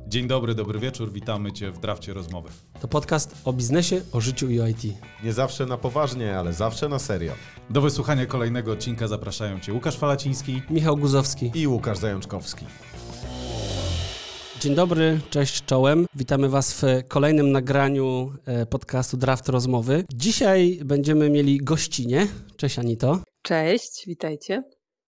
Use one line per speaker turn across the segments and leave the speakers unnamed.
Dzień dobry, dobry wieczór, witamy Cię w Drafcie Rozmowy.
To podcast o biznesie, o życiu i o IT.
Nie zawsze na poważnie, ale zawsze na serio.
Do wysłuchania kolejnego odcinka zapraszają Cię Łukasz Falaciński,
Michał Guzowski
I Łukasz Zajączkowski.
Dzień dobry, cześć czołem. Witamy Was w kolejnym nagraniu podcastu Draft Rozmowy. Dzisiaj będziemy mieli gościnię. Cześć Anito.
Cześć, witajcie.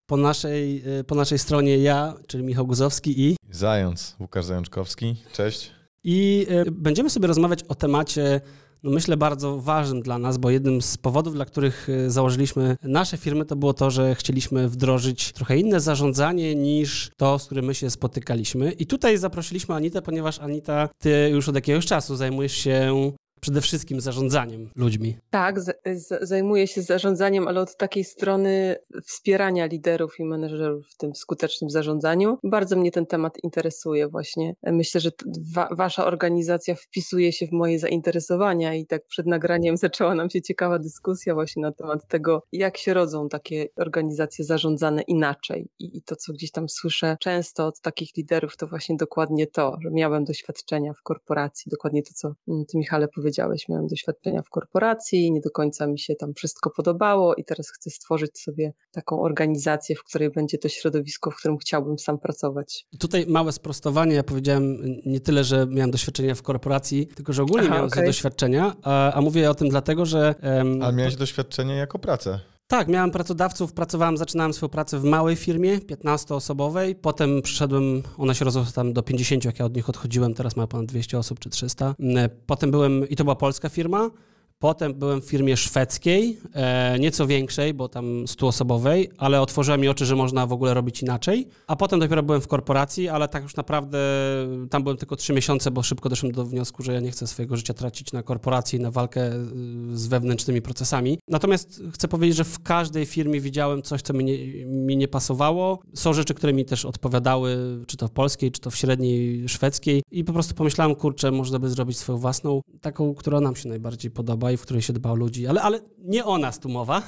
Po naszej stronie ja, czyli Michał Guzowski i...
Zając, Łukasz Zajączkowski. Cześć.
I będziemy sobie rozmawiać o temacie, myślę, bardzo ważnym dla nas, bo jednym z powodów, dla których założyliśmy nasze firmy, to było to, że chcieliśmy wdrożyć trochę inne zarządzanie niż to, z którym my się spotykaliśmy. I tutaj zaprosiliśmy Anitę, ponieważ Anita, ty już od jakiegoś czasu zajmujesz się przede wszystkim zarządzaniem ludźmi.
Tak, zajmuję się zarządzaniem, ale od takiej strony wspierania liderów i menedżerów w tym skutecznym zarządzaniu. Bardzo mnie ten temat interesuje właśnie. Myślę, że wasza organizacja wpisuje się w moje zainteresowania i tak przed nagraniem zaczęła nam się ciekawa dyskusja właśnie na temat tego, jak się rodzą takie organizacje zarządzane inaczej. I to, co gdzieś tam słyszę często od takich liderów, to właśnie dokładnie to, że miałem doświadczenia w korporacji, dokładnie to, co ty, Michale, powiedziałeś. Miałem doświadczenia w korporacji, nie do końca mi się tam wszystko podobało i teraz chcę stworzyć sobie taką organizację, w której będzie to środowisko, w którym chciałbym sam pracować.
Tutaj małe sprostowanie. Ja powiedziałem nie tyle, że miałem doświadczenia w korporacji, tylko że ogólnie miałem doświadczenia, a mówię o tym dlatego, że...
Ale miałeś doświadczenie jako pracę.
Tak, miałem pracodawców, zaczynałem swoją pracę w małej firmie, 15-osobowej, potem przyszedłem, ona się rozrosła tam do 50, jak ja od nich odchodziłem, teraz ma ponad 200 osób czy 300. Potem byłem, i to była polska firma, potem byłem w firmie szwedzkiej, nieco większej, bo tam 100-osobowej, ale otworzyła mi oczy, że można w ogóle robić inaczej. A potem dopiero byłem w korporacji, ale tak już naprawdę tam byłem tylko 3 miesiące, bo szybko doszłem do wniosku, że ja nie chcę swojego życia tracić na korporacji, na walkę z wewnętrznymi procesami. Natomiast chcę powiedzieć, że w każdej firmie widziałem coś, co mi nie pasowało. Są rzeczy, które mi też odpowiadały, czy to w polskiej, czy to w średniej szwedzkiej i po prostu pomyślałem, kurczę, można by zrobić swoją własną, taką, która nam się najbardziej podoba i w której się dba o ludzi, ale nie o nas tu mowa.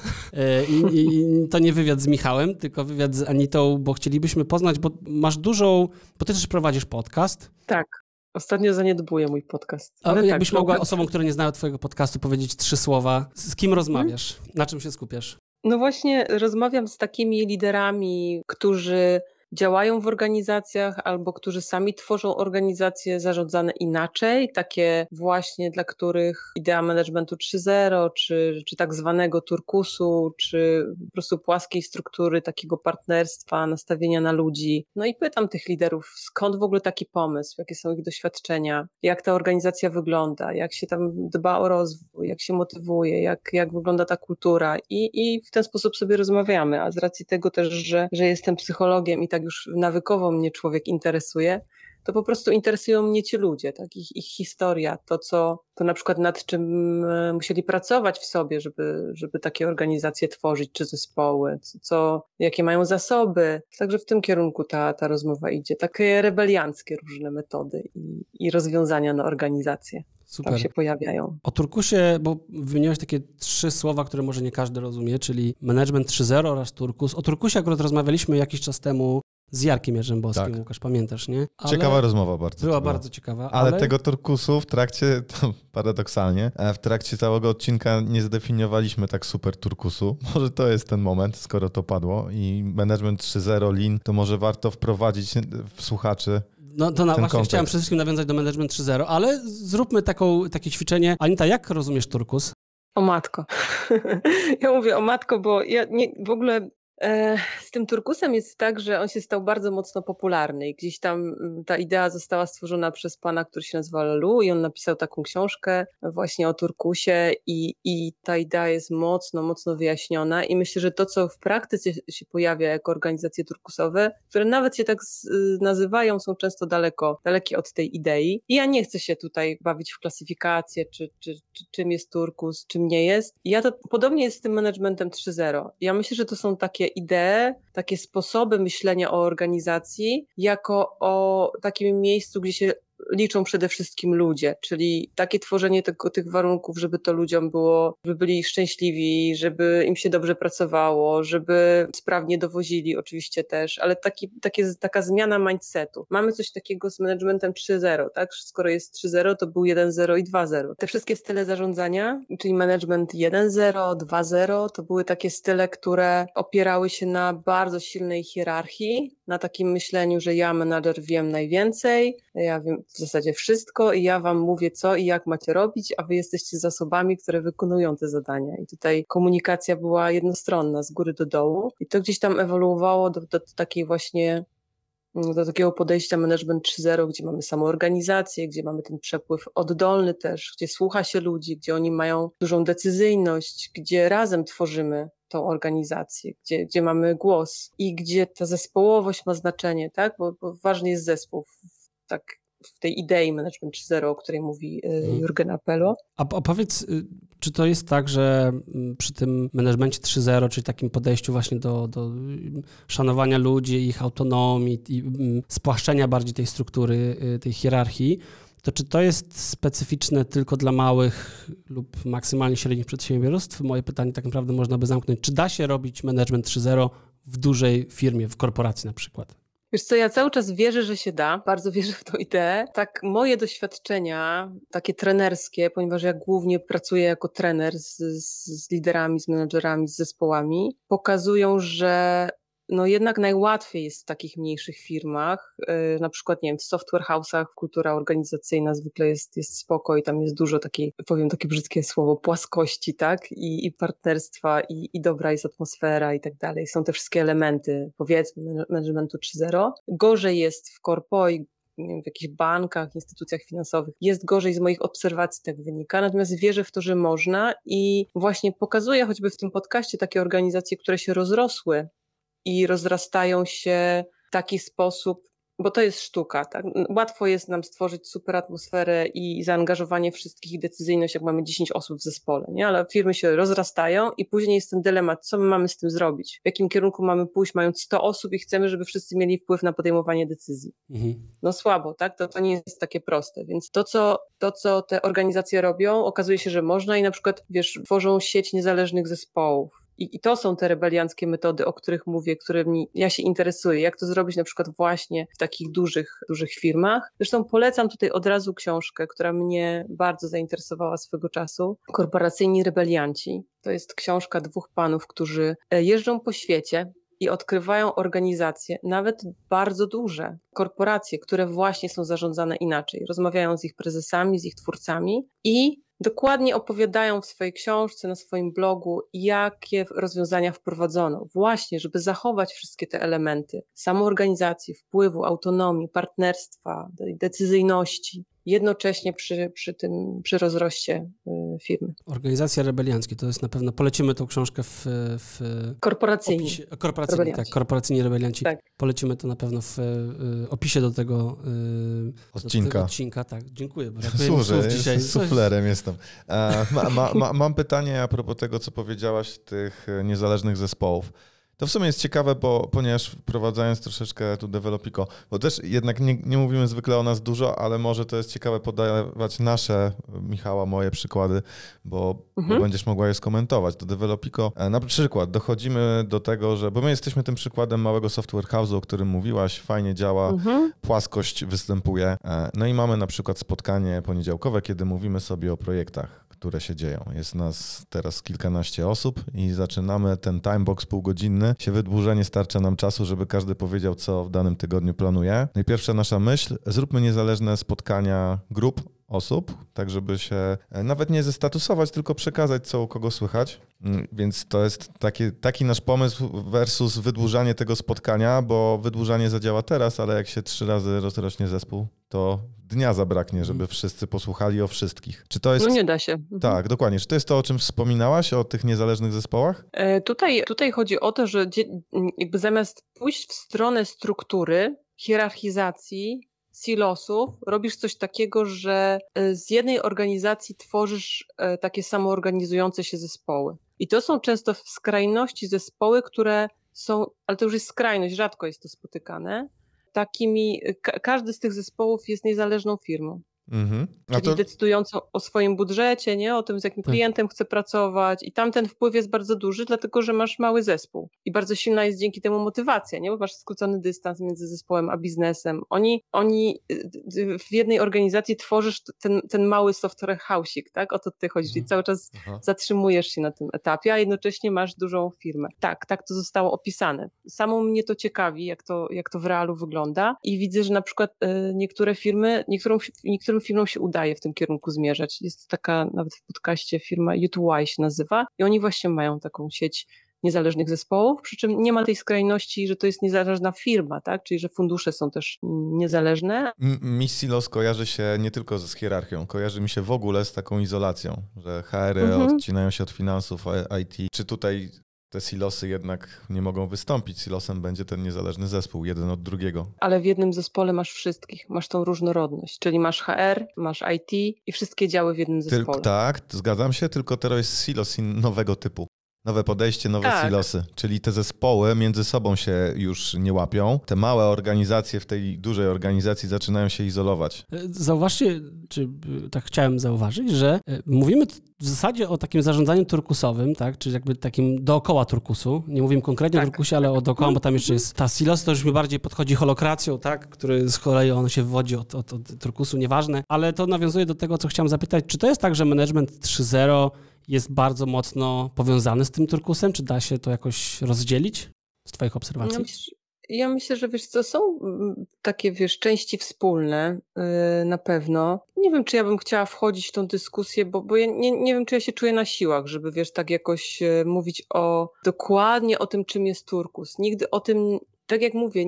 I to nie wywiad z Michałem, tylko wywiad z Anitą, bo chcielibyśmy poznać, bo masz bo ty też prowadzisz podcast.
Tak, ostatnio zaniedbuję mój podcast.
Ale jakbyś mogła osobom, które nie znają twojego podcastu, powiedzieć 3 słowa, z kim rozmawiasz, na czym się skupiasz?
No właśnie rozmawiam z takimi liderami, którzy działają w organizacjach albo którzy sami tworzą organizacje zarządzane inaczej, takie właśnie dla których idea managementu 3.0 czy tak zwanego turkusu, czy po prostu płaskiej struktury takiego partnerstwa, nastawienia na ludzi. No i pytam tych liderów, skąd w ogóle taki pomysł, jakie są ich doświadczenia, jak ta organizacja wygląda, jak się tam dba o rozwój, jak się motywuje, jak wygląda ta kultura i w ten sposób sobie rozmawiamy, a z racji tego też, że jestem psychologiem i tak już nawykowo mnie człowiek interesuje, to po prostu interesują mnie ci ludzie, tak? Ich historia, to na przykład nad czym musieli pracować w sobie, żeby takie organizacje tworzyć, czy zespoły, jakie mają zasoby. Także w tym kierunku ta rozmowa idzie. Takie rebelianckie różne metody i rozwiązania na organizacje.
Super.
Tam się pojawiają.
O turkusie, bo wymieniłeś takie 3 słowa, które może nie każdy rozumie, czyli management 3.0 oraz turkus. O turkusie akurat rozmawialiśmy jakiś czas temu z Jarkiem Jarzębowskim, tak. Łukasz, pamiętasz, nie?
Ciekawa rozmowa bardzo.
Była bardzo ciekawa.
Ale tego turkusu paradoksalnie, w trakcie całego odcinka nie zdefiniowaliśmy tak super turkusu. Może to jest ten moment, skoro to padło i management 3.0, lean, to może warto wprowadzić w słuchaczy.
No to właśnie chciałem przede wszystkim nawiązać do management 3.0, ale zróbmy takie ćwiczenie. Anita, jak rozumiesz turkus?
O matko. Ja mówię o matko, bo ja w ogóle z tym turkusem jest tak, że on się stał bardzo mocno popularny i gdzieś tam ta idea została stworzona przez pana, który się nazywa Lelu i on napisał taką książkę właśnie o turkusie i ta idea jest mocno, mocno wyjaśniona i myślę, że to, co w praktyce się pojawia jako organizacje turkusowe, które nawet się tak nazywają, są często dalekie od tej idei i ja nie chcę się tutaj bawić w klasyfikację, czy czym jest turkus, czym nie jest. Ja to podobnie jest z tym managementem 3.0. Ja myślę, że to są takie idee, takie sposoby myślenia o organizacji jako o takim miejscu, gdzie się liczą przede wszystkim ludzie, czyli takie tworzenie tych warunków, żeby to ludziom było, żeby byli szczęśliwi, żeby im się dobrze pracowało, żeby sprawnie dowozili oczywiście też, ale taka zmiana mindsetu. Mamy coś takiego z managementem 3.0, tak? Skoro jest 3.0, to był 1.0 i 2.0. Te wszystkie style zarządzania, czyli management 1.0, 2.0, to były takie style, które opierały się na bardzo silnej hierarchii, na takim myśleniu, że ja, menadżer, wiem najwięcej, ja wiem w zasadzie wszystko i ja wam mówię co i jak macie robić, a wy jesteście zasobami, które wykonują te zadania. I tutaj komunikacja była jednostronna, z góry do dołu i to gdzieś tam ewoluowało do takiej właśnie do takiego podejścia management 3.0, gdzie mamy samoorganizację, gdzie mamy ten przepływ oddolny też, gdzie słucha się ludzi, gdzie oni mają dużą decyzyjność, gdzie razem tworzymy tą organizację, gdzie mamy głos i gdzie ta zespołowość ma znaczenie, tak? Bo ważny jest zespół tak w tej idei management 3.0, o której mówi Jürgen Appelo.
A opowiedz, czy to jest tak, że przy tym managemencie 3.0, czyli takim podejściu właśnie do szanowania ludzi, ich autonomii i spłaszczenia bardziej tej struktury, tej hierarchii, to czy to jest specyficzne tylko dla małych lub maksymalnie średnich przedsiębiorstw? Moje pytanie tak naprawdę można by zamknąć. Czy da się robić management 3.0 w dużej firmie, w korporacji na przykład?
Wiesz co, ja cały czas wierzę, że się da, bardzo wierzę w tą ideę. Tak moje doświadczenia, takie trenerskie, ponieważ ja głównie pracuję jako trener z liderami, z menedżerami, z zespołami, pokazują, że no jednak najłatwiej jest w takich mniejszych firmach, na przykład, nie wiem, w software house'ach kultura organizacyjna zwykle jest spoko i tam jest dużo takiej, powiem takie brzydkie słowo, płaskości, tak? I partnerstwa i dobra jest atmosfera i tak dalej. Są te wszystkie elementy, powiedzmy, managementu 3.0. Gorzej jest w korpo i nie wiem, w jakichś bankach, instytucjach finansowych. Jest gorzej z moich obserwacji, tak wynika. Natomiast wierzę w to, że można i właśnie pokazuję choćby w tym podcaście takie organizacje, które się rozrosły i rozrastają się w taki sposób, bo to jest sztuka, tak? Łatwo jest nam stworzyć super atmosferę i zaangażowanie wszystkich i decyzyjność, jak mamy 10 osób w zespole, nie? Ale firmy się rozrastają i później jest ten dylemat, co my mamy z tym zrobić, w jakim kierunku mamy pójść, mając 100 osób i chcemy, żeby wszyscy mieli wpływ na podejmowanie decyzji. No słabo, tak? To nie jest takie proste, więc to, co te organizacje robią, okazuje się, że można i na przykład, wiesz, tworzą sieć niezależnych zespołów. I to są te rebelianckie metody, o których mówię, którymi ja się interesuję. Jak to zrobić na przykład właśnie w takich dużych firmach. Zresztą polecam tutaj od razu książkę, która mnie bardzo zainteresowała swego czasu. Korporacyjni rebelianci. To jest książka 2 panów, którzy jeżdżą po świecie i odkrywają organizacje, nawet bardzo duże, korporacje, które właśnie są zarządzane inaczej. Rozmawiają z ich prezesami, z ich twórcami i dokładnie opowiadają w swojej książce, na swoim blogu, jakie rozwiązania wprowadzono. Właśnie, żeby zachować wszystkie te elementy samoorganizacji, wpływu, autonomii, partnerstwa, decyzyjności, jednocześnie przy rozroście firmy.
Organizacje rebelianckie, to jest na pewno, polecimy tą książkę w
Korporacyjni.
Tak, korporacyjni rebelianci. Tak. Polecimy to na pewno w opisie do tego odcinka. Tak, dziękuję.
Służę, dzisiaj suflerem jestem. Mam pytanie a propos tego, co powiedziałaś, tych niezależnych zespołów. To w sumie jest ciekawe, ponieważ wprowadzając troszeczkę tu Developiko, bo też jednak nie mówimy zwykle o nas dużo, ale może to jest ciekawe podawać nasze, Michała, moje przykłady, bo będziesz mogła je skomentować. Do Developiko na przykład dochodzimy do tego, bo my jesteśmy tym przykładem małego software house'u, o którym mówiłaś, fajnie działa, płaskość występuje. No i mamy na przykład spotkanie poniedziałkowe, kiedy mówimy sobie o projektach, które się dzieją. Jest nas teraz kilkanaście osób i zaczynamy ten timebox półgodzinny. Się wydłuża, nie starcza nam czasu, żeby każdy powiedział, co w danym tygodniu planuje. No i pierwsza nasza myśl, zróbmy niezależne spotkania grup osób, tak żeby się nawet nie zestatusować, tylko przekazać, co u kogo słychać. Więc to jest taki nasz pomysł versus wydłużanie tego spotkania, bo wydłużanie zadziała teraz, ale jak się 3 razy rozrośnie zespół, to dnia zabraknie, żeby wszyscy posłuchali o wszystkich. Czy to jest...
No nie da się.
Tak, dokładnie. Czy to jest to, o czym wspominałaś, o tych niezależnych zespołach?
Tutaj chodzi o to, że jakby zamiast pójść w stronę struktury, hierarchizacji, silosów, robisz coś takiego, że z jednej organizacji tworzysz takie samoorganizujące się zespoły. I to są często w skrajności zespoły, które są, ale to już jest skrajność, rzadko jest to spotykane, każdy z tych zespołów jest niezależną firmą.
Mhm.
Czyli decydującą o swoim budżecie, nie? O tym, z jakim klientem chce pracować i tam ten wpływ jest bardzo duży, dlatego że masz mały zespół i bardzo silna jest dzięki temu motywacja, nie? Bo masz skrócony dystans między zespołem a biznesem. Oni w jednej organizacji tworzysz ten mały software house'ik, tak? O to tutaj chodzi, czyli cały czas zatrzymujesz się na tym etapie, a jednocześnie masz dużą firmę. Tak to zostało opisane. Samą mnie to ciekawi, jak to w realu wygląda i widzę, że na przykład niektórym firmom się udaje w tym kierunku zmierzać. Jest taka nawet w podcaście firma U2Y się nazywa i oni właśnie mają taką sieć niezależnych zespołów, przy czym nie ma tej skrajności, że to jest niezależna firma, tak? Czyli że fundusze są też niezależne.
Mi silos kojarzy się nie tylko z hierarchią, kojarzy mi się w ogóle z taką izolacją, że HR-y odcinają się od finansów, IT. Czy tutaj te silosy jednak nie mogą wystąpić? Silosem będzie ten niezależny zespół, jeden od drugiego.
Ale w jednym zespole masz wszystkich, masz tą różnorodność, czyli masz HR, masz IT i wszystkie działy w jednym zespole.
Tak, zgadzam się, tylko teraz jest silos nowego typu. Nowe podejście, nowe silosy, czyli te zespoły między sobą się już nie łapią. Te małe organizacje w tej dużej organizacji zaczynają się izolować.
Zauważcie, czy tak chciałem zauważyć, że mówimy w zasadzie o takim zarządzaniu turkusowym, tak, czyli jakby takim dookoła turkusu. Nie mówimy konkretnie o turkusie, ale o dookoła, bo tam jeszcze jest ta silos, to już mi bardziej podchodzi holokracją, tak, który z kolei on się wywodzi od turkusu, nieważne. Ale to nawiązuje do tego, co chciałem zapytać, czy to jest tak, że management 3.0 jest bardzo mocno powiązany z tym turkusem? Czy da się to jakoś rozdzielić z twoich obserwacji?
Ja myślę, że wiesz co, są takie części wspólne na pewno. Nie wiem, czy ja bym chciała wchodzić w tą dyskusję, bo ja nie wiem, czy ja się czuję na siłach, żeby tak jakoś mówić dokładnie o tym, czym jest turkus. Nigdy o tym, tak jak mówię,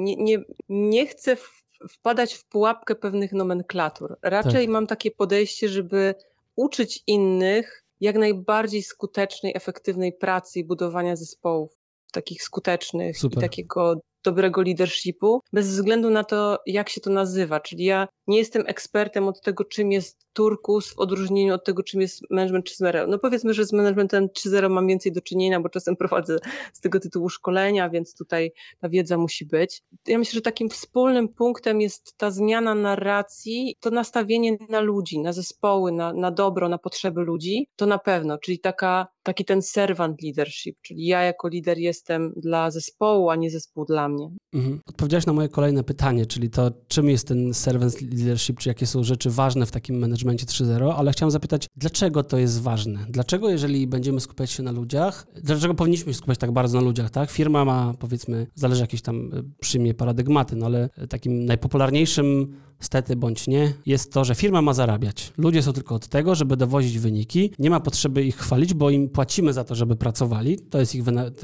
nie chcę wpadać w pułapkę pewnych nomenklatur. Raczej mam takie podejście, żeby uczyć innych jak najbardziej skutecznej, efektywnej pracy i budowania zespołów takich skutecznych i takiego dobrego leadershipu, bez względu na to, jak się to nazywa. Czyli ja nie jestem ekspertem od tego, czym jest turkus w odróżnieniu od tego, czym jest management 3.0. No powiedzmy, że z managementem 3.0 mam więcej do czynienia, bo czasem prowadzę z tego tytułu szkolenia, więc tutaj ta wiedza musi być. Ja myślę, że takim wspólnym punktem jest ta zmiana narracji, to nastawienie na ludzi, na zespoły, na dobro, na potrzeby ludzi, to na pewno, czyli taki ten servant leadership, czyli ja jako lider jestem dla zespołu, a nie zespół dla mnie.
Odpowiedziałeś na moje kolejne pytanie, czyli to czym jest ten servant leadership, czy jakie są rzeczy ważne w takim managemencie 3.0, ale chciałem zapytać, dlaczego to jest ważne? Dlaczego jeżeli będziemy skupiać się na ludziach, dlaczego powinniśmy się skupiać tak bardzo na ludziach, tak? Firma ma, powiedzmy, zależy jakieś tam przyjmie paradygmaty, no ale takim najpopularniejszym stety bądź nie, jest to, że firma ma zarabiać. Ludzie są tylko od tego, żeby dowozić wyniki. Nie ma potrzeby ich chwalić, bo im płacimy za to, żeby pracowali. To jest ich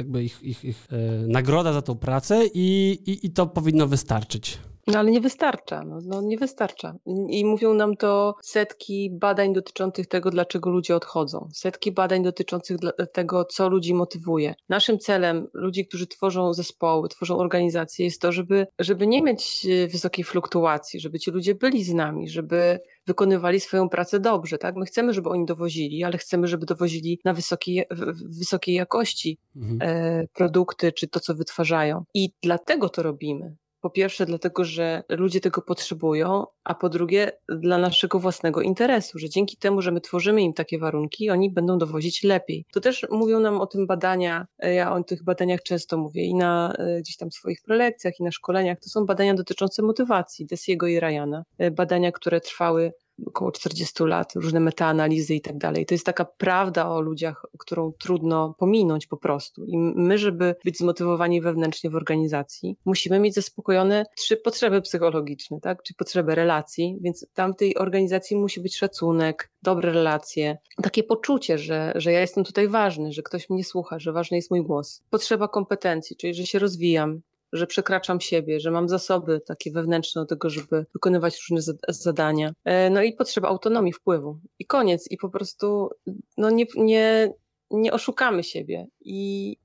nagroda za tą pracę i to powinno wystarczyć.
No ale nie wystarcza, nie wystarcza. I mówią nam to setki badań dotyczących tego, dlaczego ludzie odchodzą. Setki badań dotyczących tego, co ludzi motywuje. Naszym celem, ludzi, którzy tworzą zespoły, tworzą organizacje, jest to, żeby nie mieć wysokiej fluktuacji, żeby ci ludzie byli z nami, żeby wykonywali swoją pracę dobrze, tak? My chcemy, żeby oni dowozili, ale chcemy, żeby dowozili na wysokiej jakości produkty, czy to, co wytwarzają. I dlatego to robimy. Po pierwsze dlatego, że ludzie tego potrzebują, a po drugie dla naszego własnego interesu, że dzięki temu, że my tworzymy im takie warunki, oni będą dowozić lepiej. To też mówią nam o tym badania, ja o tych badaniach często mówię i na gdzieś tam swoich prelekcjach i na szkoleniach, to są badania dotyczące motywacji Desiego i Ryana, badania, które trwały około 40 lat, różne metaanalizy i tak dalej. To jest taka prawda o ludziach, którą trudno pominąć po prostu. I my, żeby być zmotywowani wewnętrznie w organizacji, musimy mieć zaspokojone 3 potrzeby psychologiczne, tak? Czyli potrzebę relacji, więc tam w tej organizacji musi być szacunek, dobre relacje, takie poczucie, że ja jestem tutaj ważny, że ktoś mnie słucha, że ważny jest mój głos. Potrzeba kompetencji, czyli że się rozwijam, że przekraczam siebie, że mam zasoby takie wewnętrzne do tego, żeby wykonywać różne zadania. No i potrzeba autonomii, wpływu. I koniec. I po prostu nie oszukamy siebie. I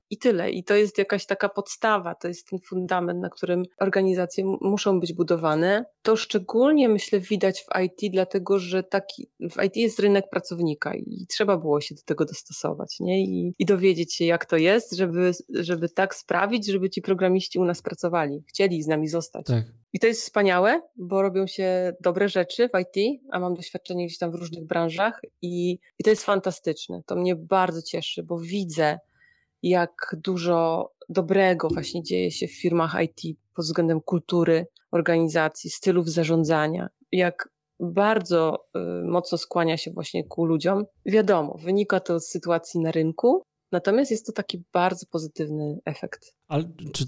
i tyle. I to jest jakaś taka podstawa, to jest ten fundament, na którym organizacje muszą być budowane. To szczególnie, myślę, widać w IT, dlatego że w IT jest rynek pracownika i trzeba było się do tego dostosować, nie? I dowiedzieć się, jak to jest, żeby tak sprawić, żeby ci programiści u nas pracowali, chcieli z nami zostać.
Tak.
I to jest wspaniałe, bo robią się dobre rzeczy w IT, a mam doświadczenie gdzieś tam w różnych branżach i to jest fantastyczne. To mnie bardzo cieszy, bo widzę, jak dużo dobrego właśnie dzieje się w firmach IT pod względem kultury, organizacji, stylów zarządzania, jak bardzo mocno skłania się właśnie ku ludziom. Wiadomo, wynika to z sytuacji na rynku, natomiast jest to taki bardzo pozytywny efekt.
Ale czy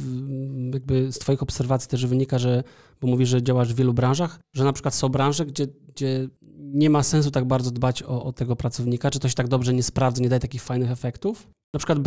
jakby z twoich obserwacji też wynika, bo mówisz, że działasz w wielu branżach, że na przykład są branże, gdzie nie ma sensu tak bardzo dbać o tego pracownika, czy to się tak dobrze nie sprawdza, nie daje takich fajnych efektów? Na przykład,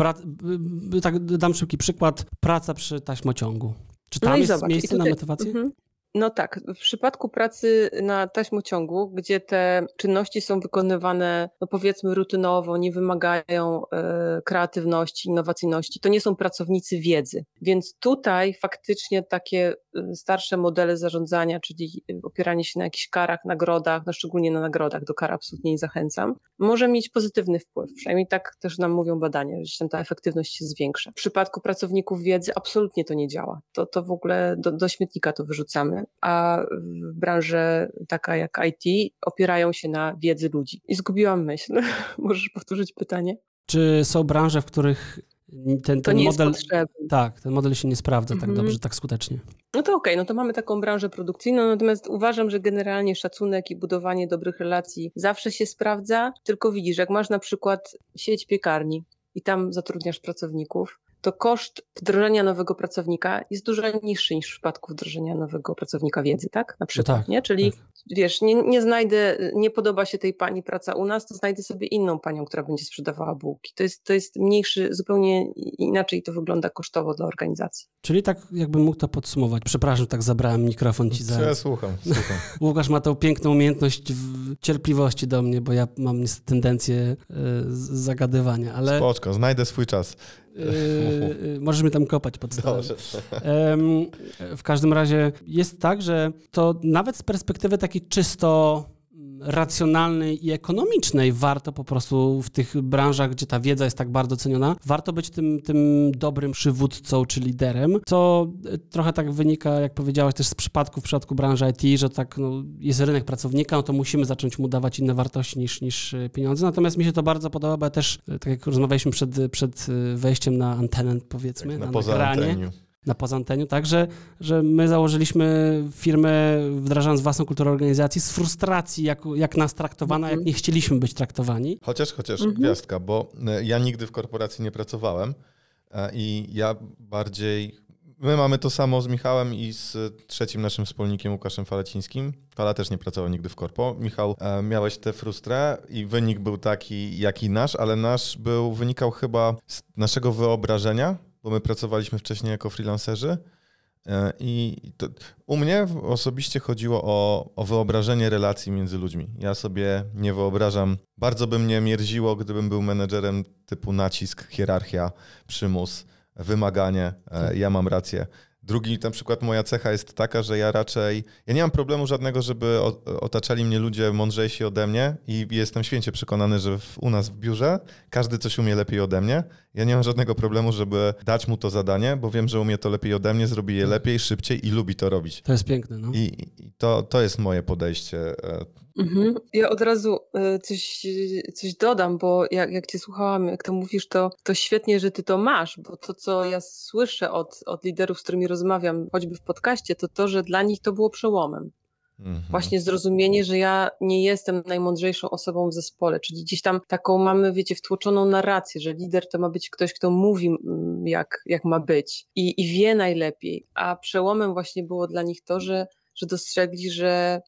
tak dam szybki przykład, praca przy taśmociągu. Czy tam jest miejsce na motywację?
No tak, w przypadku pracy na taśmociągu, gdzie te czynności są wykonywane, no powiedzmy rutynowo, nie wymagają kreatywności, innowacyjności, to nie są pracownicy wiedzy. Więc tutaj faktycznie takie starsze modele zarządzania, czyli opieranie się na jakichś karach, nagrodach, no szczególnie na nagrodach, do kar absolutnie nie zachęcam, może mieć pozytywny wpływ. Przynajmniej tak też nam mówią badania, że gdzieś tam ta efektywność się zwiększa. W przypadku pracowników wiedzy absolutnie to nie działa. To w ogóle do śmietnika to wyrzucamy. A w branży taka jak IT opierają się na wiedzy ludzi. I zgubiłam myśl. Możesz powtórzyć pytanie?
Czy są branże, w których ten
to nie
model...
jest potrzebny.
Tak, ten model się nie sprawdza tak dobrze, tak skutecznie.
No to okej, no to mamy taką branżę produkcyjną, natomiast uważam, że generalnie szacunek i budowanie dobrych relacji zawsze się sprawdza, tylko widzisz, jak masz na przykład sieć piekarni i tam zatrudniasz pracowników, to koszt wdrożenia nowego pracownika jest dużo niższy niż w przypadku wdrożenia nowego pracownika wiedzy, tak? Na przykład,
no tak,
nie? Czyli
tak.
Wiesz, nie podoba się tej pani praca u nas, to znajdę sobie inną panią, która będzie sprzedawała bułki. To jest mniejszy, zupełnie inaczej to wygląda kosztowo dla organizacji.
Czyli tak jakbym mógł to podsumować. Przepraszam, tak zabrałem mikrofon ci za...
Ja słucham.
Łukasz ma tą piękną umiejętność cierpliwości do mnie, bo ja mam niestety tendencję zagadywania, ale...
Spoczko, znajdę swój czas.
Możesz mnie tam kopać pod stołem. W każdym razie jest tak, że to nawet z perspektywy takiej czysto racjonalnej i ekonomicznej warto po prostu w tych branżach, gdzie ta wiedza jest tak bardzo ceniona, warto być tym dobrym przywódcą czy liderem, co trochę tak wynika, jak powiedziałaś, też w przypadku branży IT, że tak jest rynek pracownika, no to musimy zacząć mu dawać inne wartości niż pieniądze. Natomiast mi się to bardzo podoba, bo ja też, tak jak rozmawialiśmy przed wejściem na antenę, powiedzmy,
tak,
na nagranie. Na pozaanteniu, tak, że my założyliśmy firmę, wdrażając własną kulturę organizacji z frustracji, jak nas traktowano, jak nie chcieliśmy być traktowani.
Chociaż gwiazdka, bo ja nigdy w korporacji nie pracowałem i ja bardziej... My mamy to samo z Michałem i z trzecim naszym wspólnikiem Łukaszem Falacińskim. Fala też nie pracował nigdy w korpo. Michał, miałeś tę frustrę i wynik był taki, jaki nasz, ale nasz wynikał chyba z naszego wyobrażenia, bo my pracowaliśmy wcześniej jako freelancerzy i to, u mnie osobiście chodziło o wyobrażenie relacji między ludźmi. Ja sobie nie wyobrażam, bardzo by mnie mierziło, gdybym był menedżerem typu nacisk, hierarchia, przymus, wymaganie, ja mam rację. Drugi, na przykład moja cecha jest taka, że ja nie mam problemu żadnego, żeby otaczali mnie ludzie mądrzejsi ode mnie i jestem święcie przekonany, że u nas w biurze każdy coś umie lepiej ode mnie. Ja nie mam żadnego problemu, żeby dać mu to zadanie, bo wiem, że umie to lepiej ode mnie, zrobi je lepiej, szybciej i lubi to robić.
To jest piękne, no.
I to jest moje podejście.
Ja od razu coś dodam, bo jak cię słuchałam, jak to mówisz, to świetnie, że ty to masz, bo to, co ja słyszę od liderów, z którymi rozmawiam, choćby w podcaście, to, że dla nich to było przełomem. Właśnie zrozumienie, że ja nie jestem najmądrzejszą osobą w zespole, czyli gdzieś tam taką mamy, wiecie, wtłoczoną narrację, że lider to ma być ktoś, kto mówi, jak ma być i wie najlepiej, a przełomem właśnie było dla nich to, że dostrzegli, że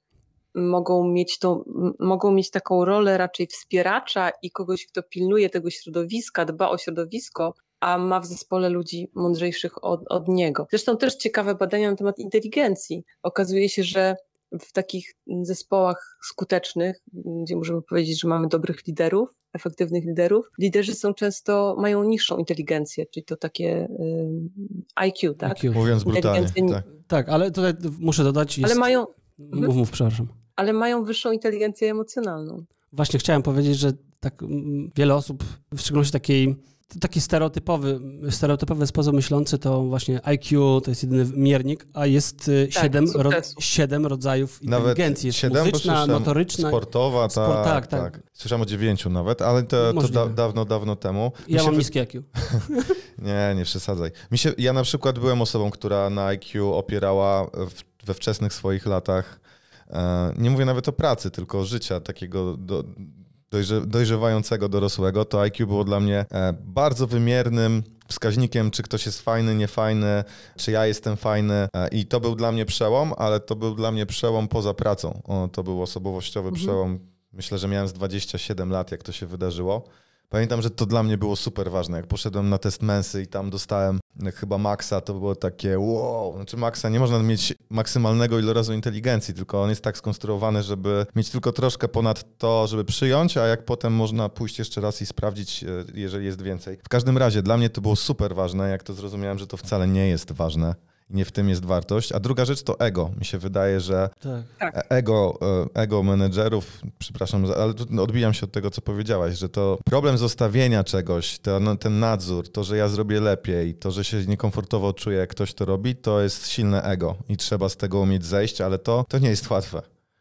mogą mieć taką rolę raczej wspieracza i kogoś, kto pilnuje tego środowiska, dba o środowisko, a ma w zespole ludzi mądrzejszych od niego. Zresztą też ciekawe badania na temat inteligencji. Okazuje się, że w takich zespołach skutecznych, gdzie możemy powiedzieć, że mamy dobrych liderów, efektywnych liderów, liderzy mają niższą inteligencję, czyli to takie IQ, tak?
IQ.
Mówiąc brutalnie. Tak.
Tak, ale tutaj muszę dodać...
Ale mają...
Przepraszam.
Ale mają wyższą inteligencję emocjonalną.
Właśnie chciałem powiedzieć, że tak wiele osób, w szczególności taki stereotypowy sposób myślący, to właśnie IQ to jest jedyny miernik, a jest 7 rodzajów inteligencji. Jest
7,
muzyczna, motoryczna.
Sportowa, tak. Słyszałem o 9 nawet, ale to dawno temu.
Ja mam niskie IQ.
Nie przesadzaj. Ja na przykład byłem osobą, która na IQ opierała we wczesnych swoich latach, nie mówię nawet o pracy, tylko życia takiego dojrzewającego dorosłego, to IQ było dla mnie bardzo wymiernym wskaźnikiem, czy ktoś jest fajny, niefajny, czy ja jestem fajny. I to był dla mnie przełom, ale to był dla mnie przełom poza pracą. To był osobowościowy przełom. Myślę, że miałem z 27 lat, jak to się wydarzyło. Pamiętam, że to dla mnie było super ważne. Jak poszedłem na test Mensy i tam dostałem chyba maksa, to było takie wow. Znaczy maksa, nie można mieć maksymalnego ilorazu inteligencji, tylko on jest tak skonstruowany, żeby mieć tylko troszkę ponad to, żeby przyjąć, a jak potem można pójść jeszcze raz i sprawdzić, jeżeli jest więcej. W każdym razie dla mnie to było super ważne, jak to zrozumiałem, że to wcale nie jest ważne. Nie w tym jest wartość. A druga rzecz to ego. Mi się wydaje, że ego menedżerów, przepraszam, ale tu odbijam się od tego, co powiedziałaś, że to problem zostawienia czegoś, ten nadzór, to, że ja zrobię lepiej, to, że się niekomfortowo czuję, jak ktoś to robi, to jest silne ego i trzeba z tego umieć zejść, ale to nie jest łatwe.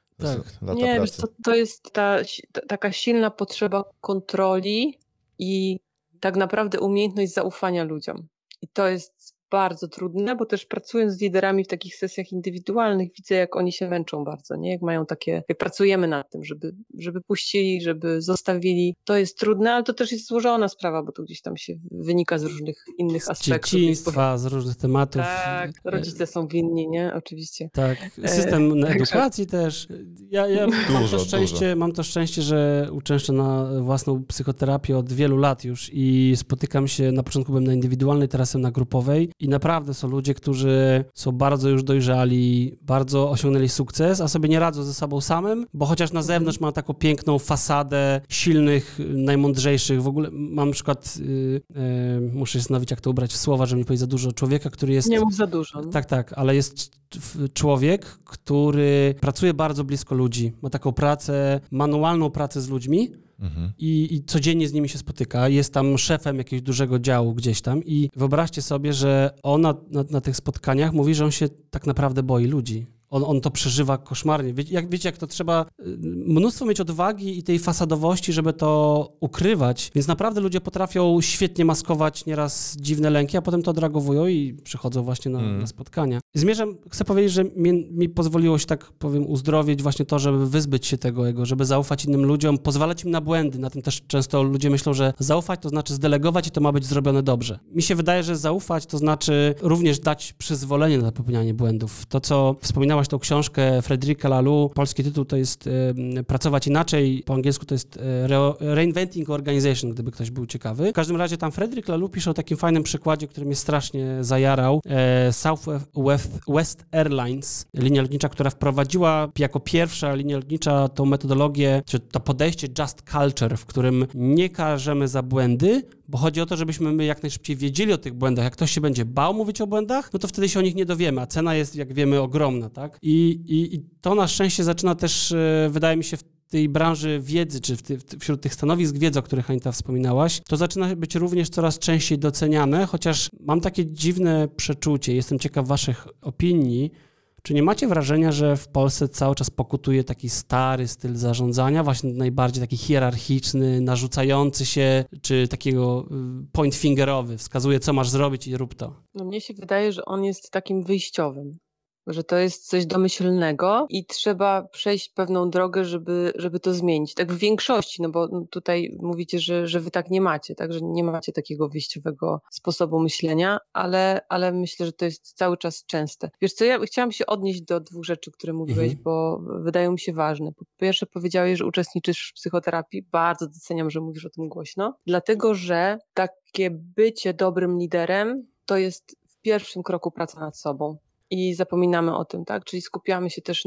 Nie, wiesz co, to jest taka silna potrzeba kontroli i tak naprawdę umiejętność zaufania ludziom. I to jest bardzo trudne, bo też pracując z liderami w takich sesjach indywidualnych widzę, jak oni się męczą bardzo, nie? Jak pracujemy nad tym, żeby puścili, żeby zostawili. To jest trudne, ale to też jest złożona sprawa, bo to gdzieś tam się wynika z różnych innych aspektów.
Z dzieciństwa, z różnych tematów.
Tak, rodzice są winni, nie? Oczywiście.
Tak, system edukacji też. Ja mam to szczęście, że uczęszczam na własną psychoterapię od wielu lat już i spotykam się, na początku byłem na indywidualnej, teraz jestem na grupowej. I naprawdę są ludzie, którzy są bardzo już dojrzali, bardzo osiągnęli sukces, a sobie nie radzą ze sobą samym, bo chociaż na zewnątrz ma taką piękną fasadę silnych, najmądrzejszych. W ogóle mam na przykład, muszę się zastanowić, jak to ubrać w słowa, żeby nie powiedzieć za dużo, człowieka, który jest...
Nie mów za dużo.
Tak, ale jest człowiek, który pracuje bardzo blisko ludzi. Ma taką manualną pracę z ludźmi. I codziennie z nimi się spotyka. Jest tam szefem jakiegoś dużego działu gdzieś tam i wyobraźcie sobie, że on na tych spotkaniach mówi, że on się tak naprawdę boi ludzi. On to przeżywa koszmarnie. Wiecie, jak to trzeba mnóstwo mieć odwagi i tej fasadowości, żeby to ukrywać. Więc naprawdę ludzie potrafią świetnie maskować nieraz dziwne lęki, a potem to odreagowują i przychodzą właśnie na spotkania. Chcę powiedzieć, że mi pozwoliło się, tak powiem, uzdrowić właśnie to, żeby wyzbyć się tego ego, żeby zaufać innym ludziom, pozwalać im na błędy. Na tym też często ludzie myślą, że zaufać to znaczy zdelegować i to ma być zrobione dobrze. Mi się wydaje, że zaufać to znaczy również dać przyzwolenie na popełnianie błędów. To, co wspominałaś, tą książkę Frederica Laloux, polski tytuł to jest Pracować inaczej, po angielsku to jest Reinventing Organization, gdyby ktoś był ciekawy. W każdym razie tam Frederic Laloux pisze o takim fajnym przykładzie, który mnie strasznie zajarał. Southwest Airlines, linia lotnicza, która wprowadziła jako pierwsza linia lotnicza tą metodologię, czy to podejście just culture, w którym nie karzemy za błędy, bo chodzi o to, żebyśmy my jak najszybciej wiedzieli o tych błędach. Jak ktoś się będzie bał mówić o błędach, no to wtedy się o nich nie dowiemy, a cena jest, jak wiemy, ogromna, tak? I to na szczęście zaczyna też, wydaje mi się, w tej branży wiedzy, czy wśród tych stanowisk wiedzy, o których Anita wspominałaś, to zaczyna być również coraz częściej doceniane, chociaż mam takie dziwne przeczucie, jestem ciekaw waszych opinii. Czy nie macie wrażenia, że w Polsce cały czas pokutuje taki stary styl zarządzania, właśnie najbardziej taki hierarchiczny, narzucający się, czy takiego point fingerowy, wskazuje, co masz zrobić i rób to?
No mnie się wydaje, że on jest takim wyjściowym, że to jest coś domyślnego i trzeba przejść pewną drogę, żeby to zmienić. Tak w większości, no bo tutaj mówicie, że wy tak nie macie, tak, że nie macie takiego wyjściowego sposobu myślenia, ale myślę, że to jest cały czas częste. Wiesz co, ja chciałam się odnieść do dwóch rzeczy, które mówiłeś, bo wydają mi się ważne. Po pierwsze powiedziałeś, że uczestniczysz w psychoterapii. Bardzo doceniam, że mówisz o tym głośno, dlatego że takie bycie dobrym liderem to jest w pierwszym kroku praca nad sobą. i zapominamy o tym, tak? Czyli skupiamy się też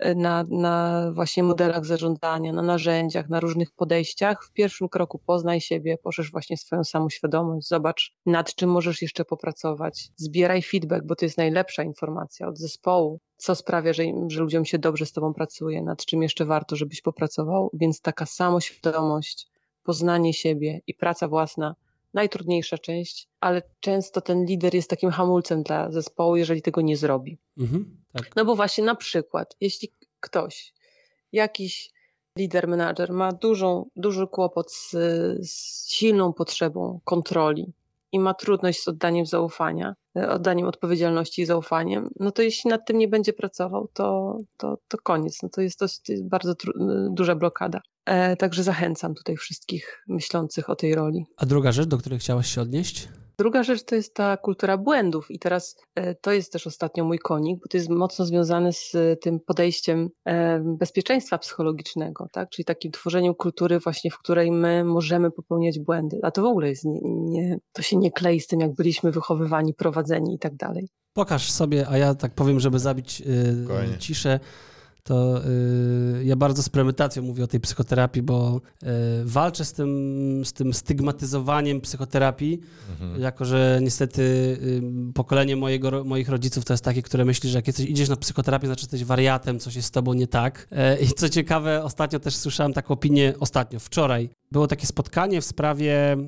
na właśnie modelach zarządzania, na narzędziach, na różnych podejściach. W pierwszym kroku poznaj siebie, poszerz właśnie swoją samoświadomość, zobacz, nad czym możesz jeszcze popracować. Zbieraj feedback, bo to jest najlepsza informacja od zespołu, co sprawia, że ludziom się dobrze z tobą pracuje, nad czym jeszcze warto, żebyś popracował. Więc taka samoświadomość, poznanie siebie i praca własna, najtrudniejsza część, ale często ten lider jest takim hamulcem dla zespołu, jeżeli tego nie zrobi.
Tak.
No bo właśnie na przykład, jeśli ktoś, jakiś lider, menadżer ma duży kłopot z silną potrzebą kontroli i ma trudność z oddaniem zaufania, oddaniem odpowiedzialności i zaufaniem, no to jeśli nad tym nie będzie pracował, to koniec. No to jest bardzo duża blokada. Także zachęcam tutaj wszystkich myślących o tej roli.
A druga rzecz, do której chciałaś się odnieść?
Druga rzecz to jest ta kultura błędów i teraz to jest też ostatnio mój konik, bo to jest mocno związane z tym podejściem bezpieczeństwa psychologicznego, tak? Czyli takim tworzeniem kultury właśnie, w której my możemy popełniać błędy, a to w ogóle jest to się nie klei z tym, jak byliśmy wychowywani, prowadzeni i tak dalej.
Pokaż sobie, a ja tak powiem, żeby zabić ciszę, to ja bardzo z premedytacją mówię o tej psychoterapii, bo walczę z tym stygmatyzowaniem psychoterapii, jako że niestety pokolenie moich rodziców to jest takie, które myśli, że jak idziesz na psychoterapię, znaczy jesteś wariatem, coś jest z tobą nie tak. I co ciekawe, ostatnio też słyszałem taką opinię, wczoraj, było takie spotkanie w sprawie,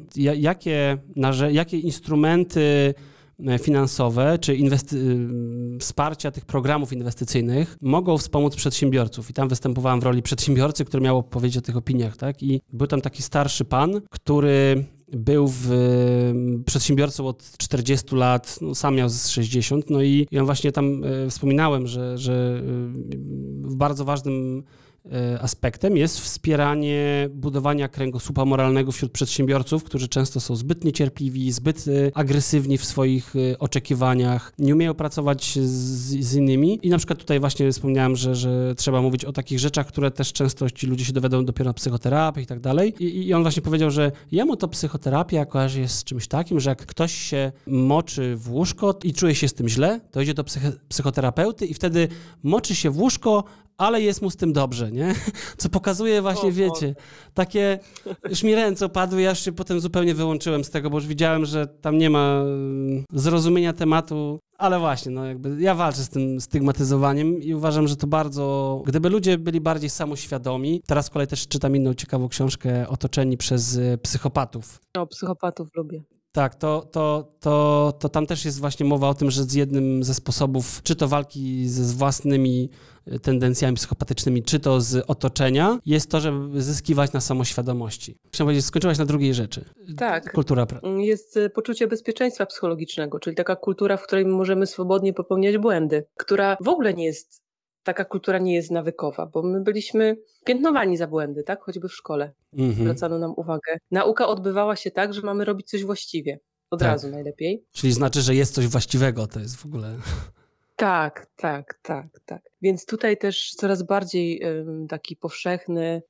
jakie instrumenty finansowe czy wsparcia tych programów inwestycyjnych mogą wspomóc przedsiębiorców. I tam występowałem w roli przedsiębiorcy, który miał powiedzieć o tych opiniach, tak? I był tam taki starszy pan, który był przedsiębiorcą od 40 lat, no sam miał z 60, no i on właśnie tam wspominałem, że w bardzo ważnym aspektem jest wspieranie budowania kręgosłupa moralnego wśród przedsiębiorców, którzy często są zbyt niecierpliwi, zbyt agresywni w swoich oczekiwaniach, nie umieją pracować z innymi. I na przykład tutaj właśnie wspomniałem, że trzeba mówić o takich rzeczach, które też często ci ludzie się dowiedzą dopiero na psychoterapii i tak dalej. I on właśnie powiedział, że jemu to psychoterapia kojarzy jest z czymś takim, że jak ktoś się moczy w łóżko i czuje się z tym źle, to idzie do psychoterapeuty i wtedy moczy się w łóżko, ale jest mu z tym dobrze, nie? Co pokazuje właśnie, wiecie, takie, już mi ręce opadły, ja się potem zupełnie wyłączyłem z tego, bo już widziałem, że tam nie ma zrozumienia tematu, ale właśnie, no jakby ja walczę z tym stygmatyzowaniem i uważam, że to bardzo, gdyby ludzie byli bardziej samoświadomi, teraz z kolei też czytam inną ciekawą książkę, Otoczeni przez psychopatów.
O, psychopatów lubię.
Tak, to tam też jest właśnie mowa o tym, że z jednym ze sposobów, czy to walki ze własnymi tendencjami psychopatycznymi, czy to z otoczenia, jest to, żeby zyskiwać na samoświadomości. Chciałem powiedzieć, skończyłaś na drugiej rzeczy.
Tak.
Kultura.
Jest poczucie bezpieczeństwa psychologicznego, czyli taka kultura, w której możemy swobodnie popełniać błędy, która w ogóle nie jest, taka kultura nie jest nawykowa, bo my byliśmy piętnowani za błędy, tak? Choćby w szkole. Zwracano nam uwagę. Nauka odbywała się tak, że mamy robić coś właściwie. Od razu najlepiej.
Czyli znaczy, że jest coś właściwego, to jest w ogóle...
Tak. Więc tutaj też coraz bardziej taki powszechne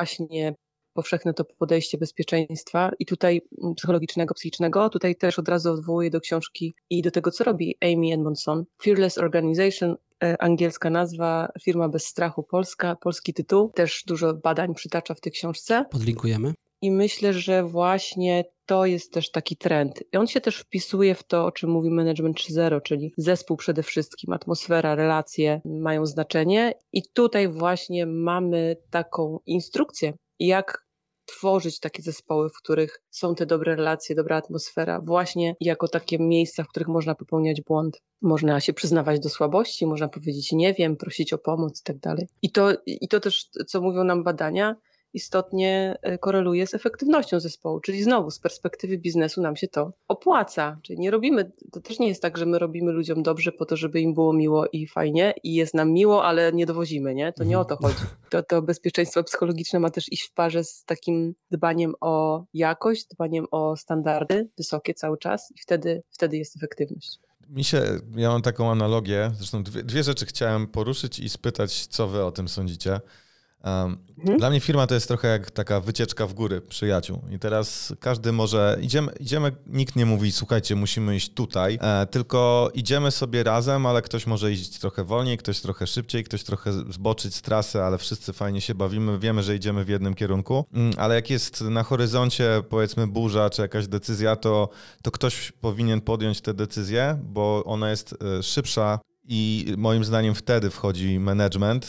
to podejście bezpieczeństwa i tutaj psychologicznego, psychicznego. Tutaj też od razu odwołuję do książki i do tego, co robi Amy Edmondson. Fearless Organization, angielska nazwa, Firma bez strachu, polski tytuł. Też dużo badań przytacza w tej książce.
Podlinkujemy.
I myślę, że właśnie to jest też taki trend. I on się też wpisuje w to, o czym mówi Management 3.0, czyli zespół przede wszystkim, atmosfera, relacje mają znaczenie. I tutaj właśnie mamy taką instrukcję, jak tworzyć takie zespoły, w których są te dobre relacje, dobra atmosfera, właśnie jako takie miejsca, w których można popełniać błąd. Można się przyznawać do słabości, można powiedzieć nie wiem, prosić o pomoc i tak dalej. I to też, co mówią nam badania, istotnie koreluje z efektywnością zespołu, czyli znowu z perspektywy biznesu nam się to opłaca. Czyli nie robimy, to też nie jest tak, że my robimy ludziom dobrze po to, żeby im było miło i fajnie i jest nam miło, ale nie dowozimy, nie? To nie o to chodzi. To bezpieczeństwo psychologiczne ma też iść w parze z takim dbaniem o jakość, dbaniem o standardy wysokie cały czas i wtedy jest efektywność.
Ja mam taką analogię, zresztą dwie rzeczy chciałem poruszyć i spytać, co wy o tym sądzicie. Dla mnie firma to jest trochę jak taka wycieczka w góry przyjaciół i teraz każdy może, idziemy, nikt nie mówi słuchajcie, musimy iść tutaj, tylko idziemy sobie razem, ale ktoś może iść trochę wolniej, ktoś trochę szybciej, ktoś trochę zboczyć z trasy, ale wszyscy fajnie się bawimy, wiemy, że idziemy w jednym kierunku, ale jak jest na horyzoncie powiedzmy burza czy jakaś decyzja, to ktoś powinien podjąć tę decyzję, bo ona jest szybsza. I moim zdaniem wtedy wchodzi management,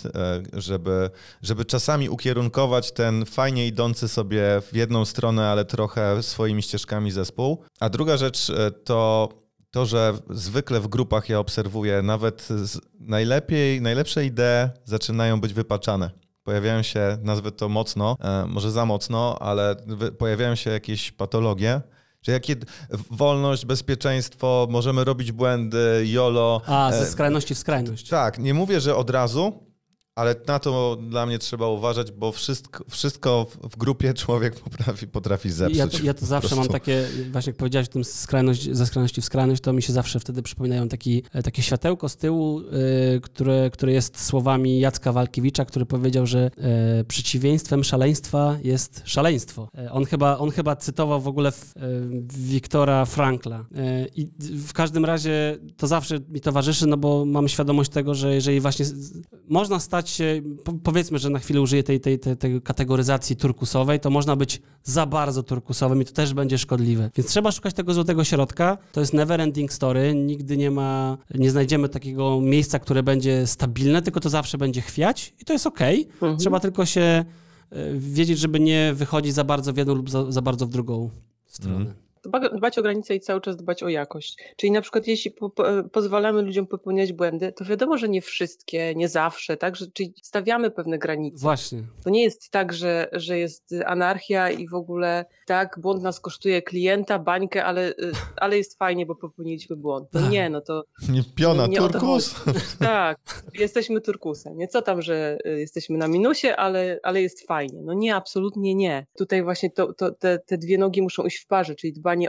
żeby czasami ukierunkować ten fajnie idący sobie w jedną stronę, ale trochę swoimi ścieżkami zespół. A druga rzecz to, że zwykle w grupach ja obserwuję, nawet najlepsze idee zaczynają być wypaczane. Pojawiają się, nazwę to mocno, może za mocno, ale pojawiają się jakieś patologie. Że jakie wolność, bezpieczeństwo, możemy robić błędy, YOLO.
Ze skrajności w skrajność.
Tak, nie mówię, że od razu, ale na to dla mnie trzeba uważać, bo wszystko w grupie człowiek potrafi zepsuć.
Ja to zawsze mam takie, właśnie jak powiedziałeś o tym ze skrajności w skrajność, to mi się zawsze wtedy przypominają takie światełko z tyłu, które jest słowami Jacka Walkiewicza, który powiedział, że przeciwieństwem szaleństwa jest szaleństwo. On chyba cytował w ogóle Wiktora Frankla. I w każdym razie to zawsze mi towarzyszy, no bo mam świadomość tego, że jeżeli właśnie można stać się, powiedzmy, że na chwilę użyję tej kategoryzacji turkusowej, to można być za bardzo turkusowym i to też będzie szkodliwe. Więc trzeba szukać tego złotego środka. To jest never ending story. Nigdy nie znajdziemy takiego miejsca, które będzie stabilne, tylko to zawsze będzie chwiać i to jest okej. Trzeba tylko się wiedzieć, żeby nie wychodzić za bardzo w jedną lub za bardzo w drugą stronę.
Dbać o granice i cały czas dbać o jakość. Czyli na przykład jeśli pozwalamy ludziom popełniać błędy, to wiadomo, że nie wszystkie, nie zawsze, tak? Czyli stawiamy pewne granice.
Właśnie.
To nie jest tak, że jest anarchia i w ogóle tak, błąd nas kosztuje klienta, bańkę, ale jest fajnie, bo popełniliśmy błąd. No nie, no to...
Nie piona,
nie
turkus?
Tak, jesteśmy turkusem. Nie co tam, że jesteśmy na minusie, ale jest fajnie. No nie, absolutnie nie. Tutaj właśnie te dwie nogi muszą iść w parze, czyli dbanie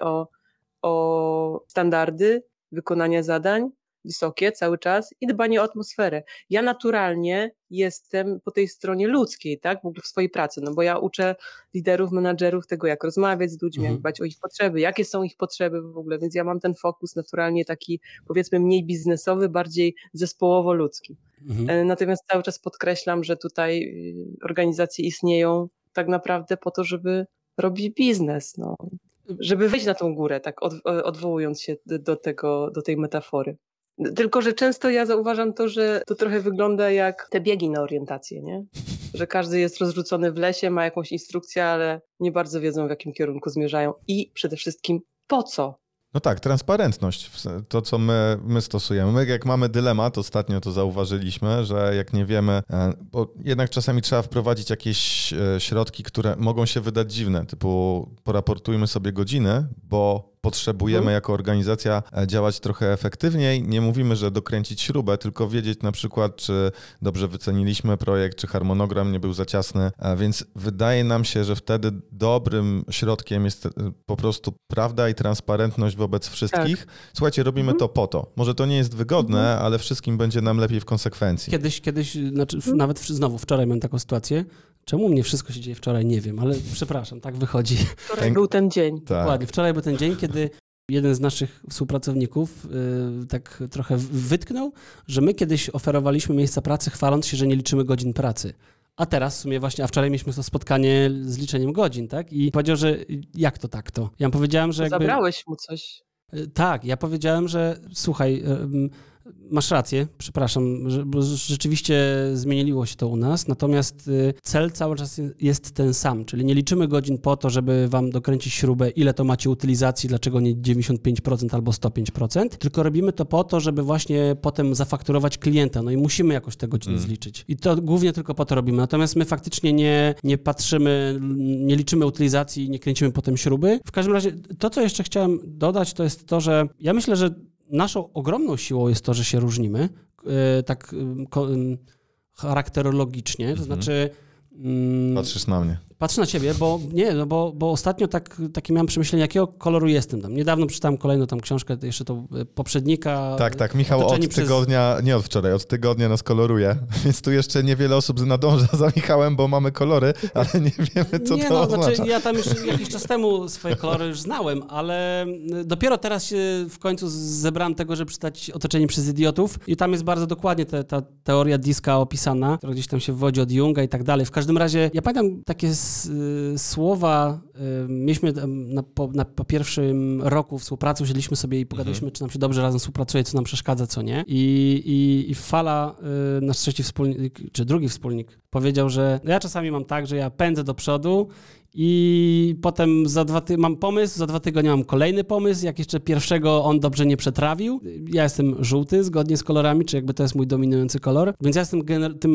o standardy wykonania zadań, wysokie cały czas i dbanie o atmosferę. Ja naturalnie jestem po tej stronie ludzkiej, tak, w ogóle w swojej pracy, no bo ja uczę liderów, menadżerów tego, jak rozmawiać z ludźmi, jak dbać o ich potrzeby, jakie są ich potrzeby w ogóle, więc ja mam ten fokus naturalnie taki, powiedzmy, mniej biznesowy, bardziej zespołowo-ludzki. Natomiast cały czas podkreślam, że tutaj organizacje istnieją tak naprawdę po to, żeby robić biznes, no. Żeby wejść na tą górę, tak odwołując się do tej metafory. Tylko że często ja zauważam to, że to trochę wygląda jak te biegi na orientację, nie? Że każdy jest rozrzucony w lesie, ma jakąś instrukcję, ale nie bardzo wiedzą, w jakim kierunku zmierzają i przede wszystkim po co.
No tak, transparentność, to co my stosujemy. My jak mamy dylemat, ostatnio to zauważyliśmy, że jak nie wiemy, bo jednak czasami trzeba wprowadzić jakieś środki, które mogą się wydać dziwne, typu poraportujmy sobie godziny, bo potrzebujemy jako organizacja działać trochę efektywniej. Nie mówimy, że dokręcić śrubę, tylko wiedzieć na przykład, czy dobrze wyceniliśmy projekt, czy harmonogram nie był za ciasny. Więc wydaje nam się, że wtedy dobrym środkiem jest po prostu prawda i transparentność wobec wszystkich. Tak. Słuchajcie, robimy to po to. Może to nie jest wygodne, ale wszystkim będzie nam lepiej w konsekwencji.
Kiedyś znaczy nawet znowu wczoraj miałem taką sytuację. Czemu mnie wszystko się dzieje wczoraj, nie wiem, ale przepraszam, tak wychodzi.
Wczoraj był ten dzień.
Tak.
Dokładnie, wczoraj był ten dzień, kiedy jeden z naszych współpracowników tak trochę wytknął, że my kiedyś oferowaliśmy miejsca pracy, chwaląc się, że nie liczymy godzin pracy. A teraz w sumie właśnie, a wczoraj mieliśmy to spotkanie z liczeniem godzin, tak? I powiedział, że jak to tak to? Ja powiedziałem, że jakby...
Zabrałeś mu coś.
Tak, ja powiedziałem, że słuchaj, masz rację, przepraszam, bo rzeczywiście zmieniło się to u nas, natomiast cel cały czas jest ten sam, czyli nie liczymy godzin po to, żeby wam dokręcić śrubę, ile to macie utylizacji, dlaczego nie 95% albo 105%, tylko robimy to po to, żeby właśnie potem zafakturować klienta, no i musimy jakoś te godziny zliczyć. I to głównie tylko po to robimy, natomiast my faktycznie nie patrzymy, nie liczymy utylizacji i nie kręcimy potem śruby. W każdym razie to, co jeszcze chciałem dodać, to jest to, że ja myślę, że naszą ogromną siłą jest to, że się różnimy, tak charakterologicznie, to znaczy...
Patrzysz na mnie.
Patrzę na ciebie, bo ostatnio takie miałem przemyślenie, jakiego koloru jestem tam. Niedawno przeczytałem kolejną tam książkę, jeszcze to poprzednika.
Tak, Michał od tygodnia, nie od wczoraj, od tygodnia nas koloruje, więc tu jeszcze niewiele osób nadąża za Michałem, bo mamy kolory, ale nie wiemy, co to oznacza.
Znaczy, ja tam już jakiś czas temu swoje kolory już znałem, ale dopiero teraz się w końcu zebrałem tego, żeby przeczytać Otoczeni przez idiotów i tam jest bardzo dokładnie ta teoria diska opisana, która gdzieś tam się wywodzi od Junga i tak dalej. W każdym razie, ja pamiętam takie słowa, mieliśmy po pierwszym roku współpracy, usiedliśmy sobie i pogadaliśmy, czy nam się dobrze razem współpracuje, co nam przeszkadza, co nie. I Fala, nasz trzeci wspólnik, czy drugi wspólnik, powiedział, że ja czasami mam tak, że ja pędzę do przodu i potem mam pomysł, za 2 tygodnie mam kolejny pomysł, jak jeszcze pierwszego on dobrze nie przetrawił. Ja jestem żółty, zgodnie z kolorami, czy jakby to jest mój dominujący kolor, więc ja jestem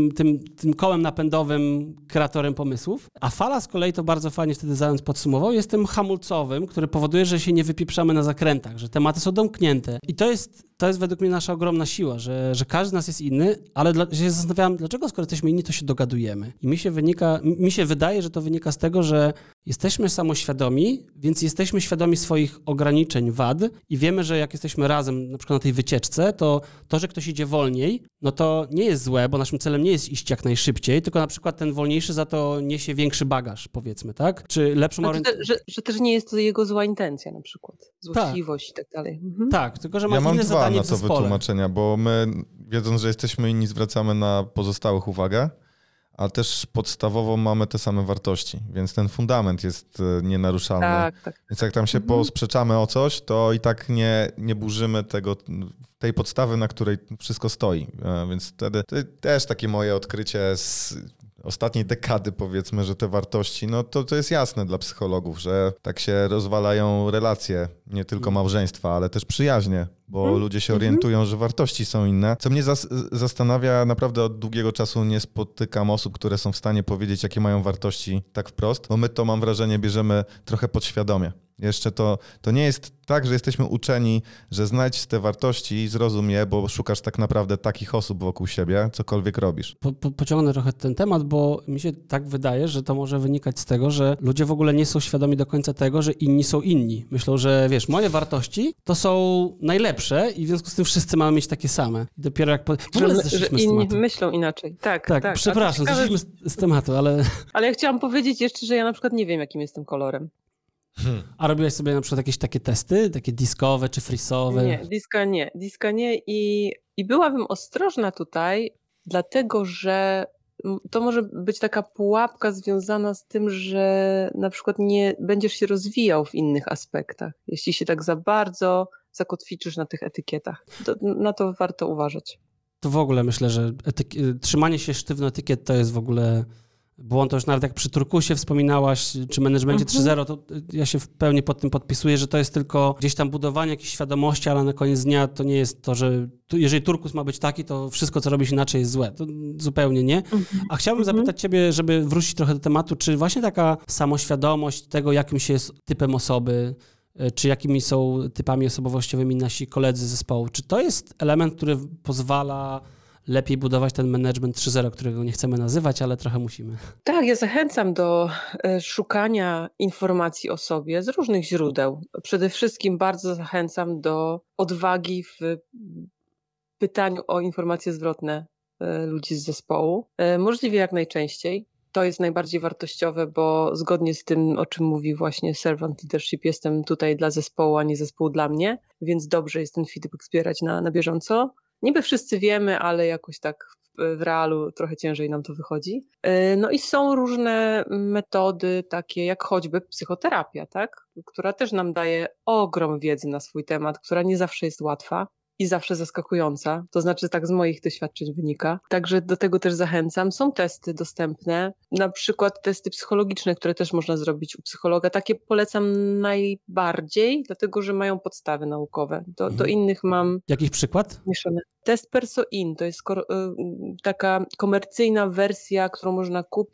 tym kołem napędowym, kreatorem pomysłów, a Fala z kolei to bardzo fajnie wtedy Zając podsumował, jestem hamulcowym, który powoduje, że się nie wypieprzamy na zakrętach, że tematy są domknięte i to jest według mnie nasza ogromna siła, że każdy z nas jest inny, ale się zastanawiałem, dlaczego skoro jesteśmy inni, to się dogadujemy. I mi się wydaje, że to wynika z tego, że jesteśmy samoświadomi, więc jesteśmy świadomi swoich ograniczeń, wad i wiemy, że jak jesteśmy razem, na przykład na tej wycieczce, to, że ktoś idzie wolniej, no to nie jest złe, bo naszym celem nie jest iść jak najszybciej, tylko na przykład ten wolniejszy za to niesie większy bagaż, powiedzmy, tak? Czy lepszą orientację.
Że też nie jest to jego zła intencja na przykład, złośliwość i tak dalej. Mhm.
Tak, tylko że ma inne zadanie
na to wytłumaczenia, bo my, wiedząc, że jesteśmy inni, zwracamy na pozostałych uwagę, ale też podstawowo mamy te same wartości, więc ten fundament jest nienaruszalny.
Tak.
Więc jak tam się posprzeczamy o coś, to i tak nie burzymy tej podstawy, na której wszystko stoi. Więc wtedy to też takie moje odkrycie z ostatniej dekady, powiedzmy, że te wartości, no to jest jasne dla psychologów, że tak się rozwalają relacje, nie tylko małżeństwa, ale też przyjaźnie, bo ludzie się orientują, że wartości są inne. Co mnie zastanawia, naprawdę od długiego czasu nie spotykam osób, które są w stanie powiedzieć, jakie mają wartości tak wprost, bo my to, mam wrażenie, bierzemy trochę podświadomie. Jeszcze to nie jest tak, że jesteśmy uczeni, że znajdź te wartości i zrozum je, bo szukasz tak naprawdę takich osób wokół siebie, cokolwiek robisz.
Pociągnę trochę ten temat, bo mi się tak wydaje, że to może wynikać z tego, że ludzie w ogóle nie są świadomi do końca tego, że inni są inni. Myślą, że wiesz, moje wartości to są najlepsze i w związku z tym wszyscy mamy mieć takie same. I dopiero jak...
Że inni myślą inaczej. Tak.
Przepraszam, zeszliśmy z tematu, ale...
Ale ja chciałam powiedzieć jeszcze, że ja na przykład nie wiem, jakim jestem kolorem.
A robiłeś sobie na przykład jakieś takie testy, takie diskowe czy frisowe?
Nie, diska nie i byłabym ostrożna tutaj, dlatego że to może być taka pułapka związana z tym, że na przykład nie będziesz się rozwijał w innych aspektach, jeśli się tak za bardzo zakotwiczysz na tych etykietach. Na to warto uważać.
To w ogóle myślę, że trzymanie się sztywno etykiet to jest w ogóle... Błąd, to już nawet jak przy Turkusie wspominałaś, czy managemencie 3.0, to ja się w pełni pod tym podpisuję, że to jest tylko gdzieś tam budowanie jakiejś świadomości, ale na koniec dnia to nie jest to, że jeżeli Turkus ma być taki, to wszystko, co robisz inaczej jest złe. To zupełnie nie. A chciałbym zapytać ciebie, żeby wrócić trochę do tematu, czy właśnie taka samoświadomość tego, jakim się jest typem osoby, czy jakimi są typami osobowościowymi nasi koledzy z zespołu, czy to jest element, który pozwala lepiej budować ten management 3.0, którego nie chcemy nazywać, ale trochę musimy.
Tak, ja zachęcam do szukania informacji o sobie z różnych źródeł. Przede wszystkim bardzo zachęcam do odwagi w pytaniu o informacje zwrotne ludzi z zespołu. Możliwie jak najczęściej. To jest najbardziej wartościowe, bo zgodnie z tym, o czym mówi właśnie Servant Leadership, jestem tutaj dla zespołu, a nie zespół dla mnie, więc dobrze jest ten feedback zbierać na bieżąco. Niby wszyscy wiemy, ale jakoś tak w realu trochę ciężej nam to wychodzi. No i są różne metody, takie jak choćby psychoterapia, tak? Która też nam daje ogrom wiedzy na swój temat, która nie zawsze jest łatwa i zawsze zaskakująca. To znaczy tak z moich doświadczeń wynika. Także do tego też zachęcam. Są testy dostępne, na przykład testy psychologiczne, które też można zrobić u psychologa. Takie polecam najbardziej, dlatego że mają podstawy naukowe. Do innych mam...
Jakiś przykład?
Mieszane. Test Perso-In to jest taka komercyjna wersja, którą można kupić.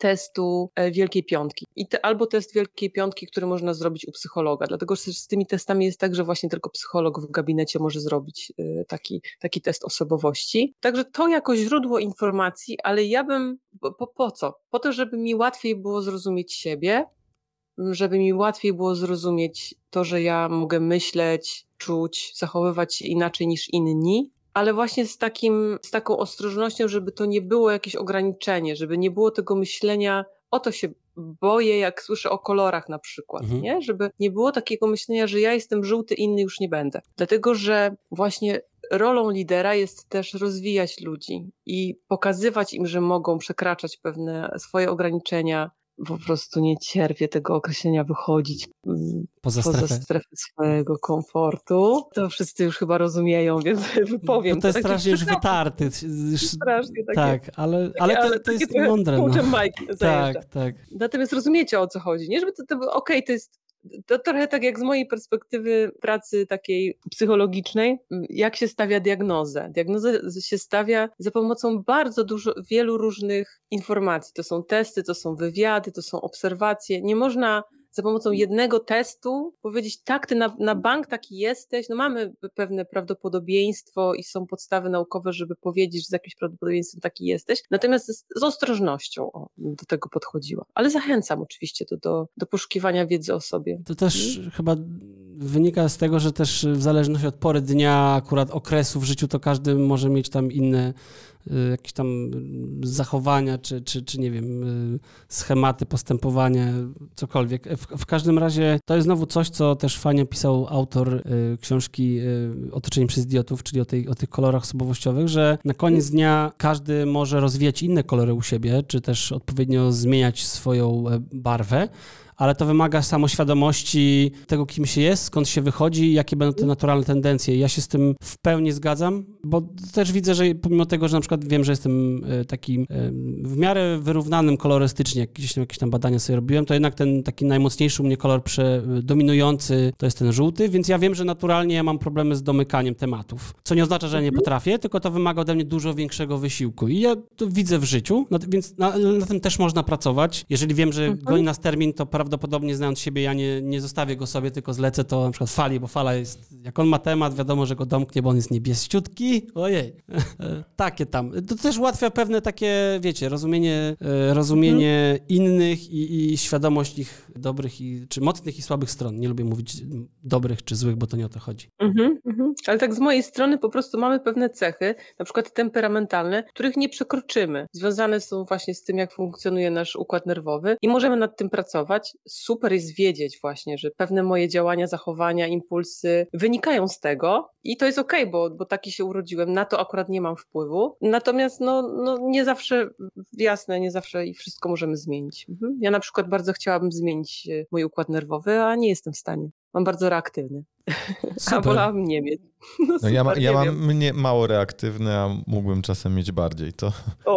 testu Wielkiej Piątki. Albo test Wielkiej Piątki, który można zrobić u psychologa, dlatego że z tymi testami jest tak, że właśnie tylko psycholog w gabinecie może zrobić taki test osobowości. Także to jako źródło informacji, ale ja bym, po co? Po to, żeby mi łatwiej było zrozumieć siebie, żeby mi łatwiej było zrozumieć to, że ja mogę myśleć, czuć, zachowywać się inaczej niż inni, ale właśnie z taką ostrożnością, żeby to nie było jakieś ograniczenie, żeby nie było tego myślenia, o to się boję, jak słyszę o kolorach na przykład, nie? Żeby nie było takiego myślenia, że ja jestem żółty, inny już nie będę. Dlatego, że właśnie rolą lidera jest też rozwijać ludzi i pokazywać im, że mogą przekraczać pewne swoje ograniczenia. Po prostu nie cierpię tego określenia wychodzić poza strefę swojego komfortu. To wszyscy już chyba rozumieją, więc wypowiem.
No to jest strasznie już wytarty.
Strasznie takie.
Tak, ale to jest mądre. No. Tak.
Natomiast rozumiecie, o co chodzi. Nie, żeby to jest to trochę tak jak z mojej perspektywy pracy takiej psychologicznej, jak się stawia diagnozę. Diagnozę się stawia za pomocą wielu różnych informacji. To są testy, to są wywiady, to są obserwacje. Nie można za pomocą jednego testu powiedzieć, tak, ty na bank taki jesteś, no mamy pewne prawdopodobieństwo i są podstawy naukowe, żeby powiedzieć, że z jakimś prawdopodobieństwem taki jesteś, natomiast z ostrożnością do tego podchodziła. Ale zachęcam oczywiście do poszukiwania wiedzy o sobie.
To też chyba wynika z tego, że też w zależności od pory dnia, akurat okresu w życiu, to każdy może mieć tam inne jakieś tam zachowania, czy nie wiem, schematy postępowania, cokolwiek. W każdym razie to jest znowu coś, co też fajnie pisał autor książki Otoczeni przez idiotów, czyli o tych kolorach osobowościowych, że na koniec dnia każdy może rozwijać inne kolory u siebie, czy też odpowiednio zmieniać swoją barwę, ale to wymaga samoświadomości tego, kim się jest, skąd się wychodzi i jakie będą te naturalne tendencje. Ja się z tym w pełni zgadzam, bo też widzę, że pomimo tego, że na przykład wiem, że jestem taki w miarę wyrównanym kolorystycznie, jakieś tam badania sobie robiłem, to jednak ten taki najmocniejszy u mnie kolor dominujący to jest ten żółty, więc ja wiem, że naturalnie ja mam problemy z domykaniem tematów, co nie oznacza, że ja nie potrafię, tylko to wymaga ode mnie dużo większego wysiłku i ja to widzę w życiu, więc na tym też można pracować. Jeżeli wiem, że goni nas termin, to prawdopodobnie znając siebie, ja nie zostawię go sobie, tylko zlecę to na przykład Fali, bo Fala jest, jak on ma temat, wiadomo, że go domknie, bo on jest niebieściutki. Ojej. Takie tam. To też ułatwia pewne takie, wiecie, rozumienie innych i świadomość ich dobrych czy mocnych i słabych stron. Nie lubię mówić dobrych czy złych, bo to nie o to chodzi.
Ale tak z mojej strony po prostu mamy pewne cechy, na przykład temperamentalne, których nie przekroczymy. Związane są właśnie z tym, jak funkcjonuje nasz układ nerwowy i możemy nad tym pracować. Super jest wiedzieć właśnie, że pewne moje działania, zachowania, impulsy wynikają z tego i to jest okej, bo taki się urodziłem, na to akurat nie mam wpływu. Natomiast nie zawsze, jasne, nie zawsze i wszystko możemy zmienić. Ja na przykład bardzo chciałabym zmienić mój układ nerwowy, a nie jestem w stanie. Mam bardzo reaktywny.
Super.
A wolałabym nie mieć.
Ja mam mało reaktywny, a mógłbym czasem mieć bardziej. To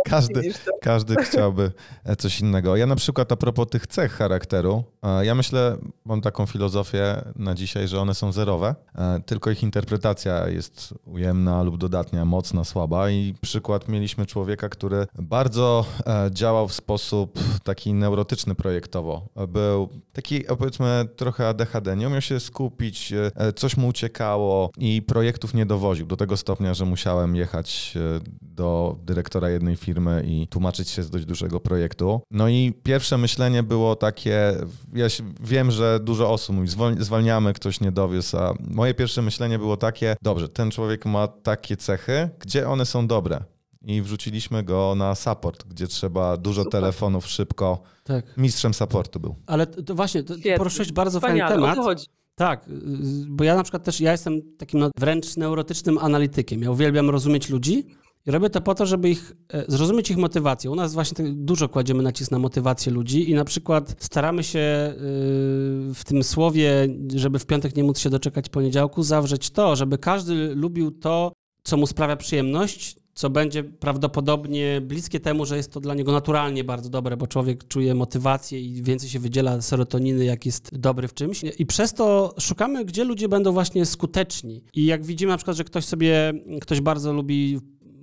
każdy chciałby coś innego. Ja na przykład a propos tych cech charakteru, ja myślę, mam taką filozofię na dzisiaj, że one są zerowe, tylko ich interpretacja jest ujemna lub dodatnia, mocna, słaba i przykład mieliśmy człowieka, który bardzo działał w sposób taki neurotyczny projektowo. Był taki, powiedzmy, trochę ADHD, nie umiał się skupić, coś mu uciekało i projektów nie dowoził do tego stopnia, że musiałem jechać do dyrektora jednej firmy i tłumaczyć się z dość dużego projektu. No i pierwsze myślenie było takie, ja wiem, że dużo osób mówi, zwalniamy, ktoś nie dowiózł, a moje pierwsze myślenie było takie, dobrze, ten człowiek ma takie cechy, gdzie one są dobre? I wrzuciliśmy go na support, gdzie trzeba dużo telefonów szybko.
Tak.
Mistrzem supportu był.
Ale to właśnie, poruszyłeś bardzo fajny temat.
O to chodzi.
Tak, bo ja na przykład też, ja jestem takim wręcz neurotycznym analitykiem. Ja uwielbiam rozumieć ludzi i robię to po to, żeby zrozumieć ich motywację. U nas właśnie dużo kładziemy nacisk na motywację ludzi i na przykład staramy się w tym słowie, żeby w piątek nie móc się doczekać poniedziałku, zawrzeć to, żeby każdy lubił to, co mu sprawia przyjemność, co będzie prawdopodobnie bliskie temu, że jest to dla niego naturalnie bardzo dobre, bo człowiek czuje motywację i więcej się wydziela serotoniny, jak jest dobry w czymś. I przez to szukamy, gdzie ludzie będą właśnie skuteczni. I jak widzimy na przykład, że ktoś bardzo lubi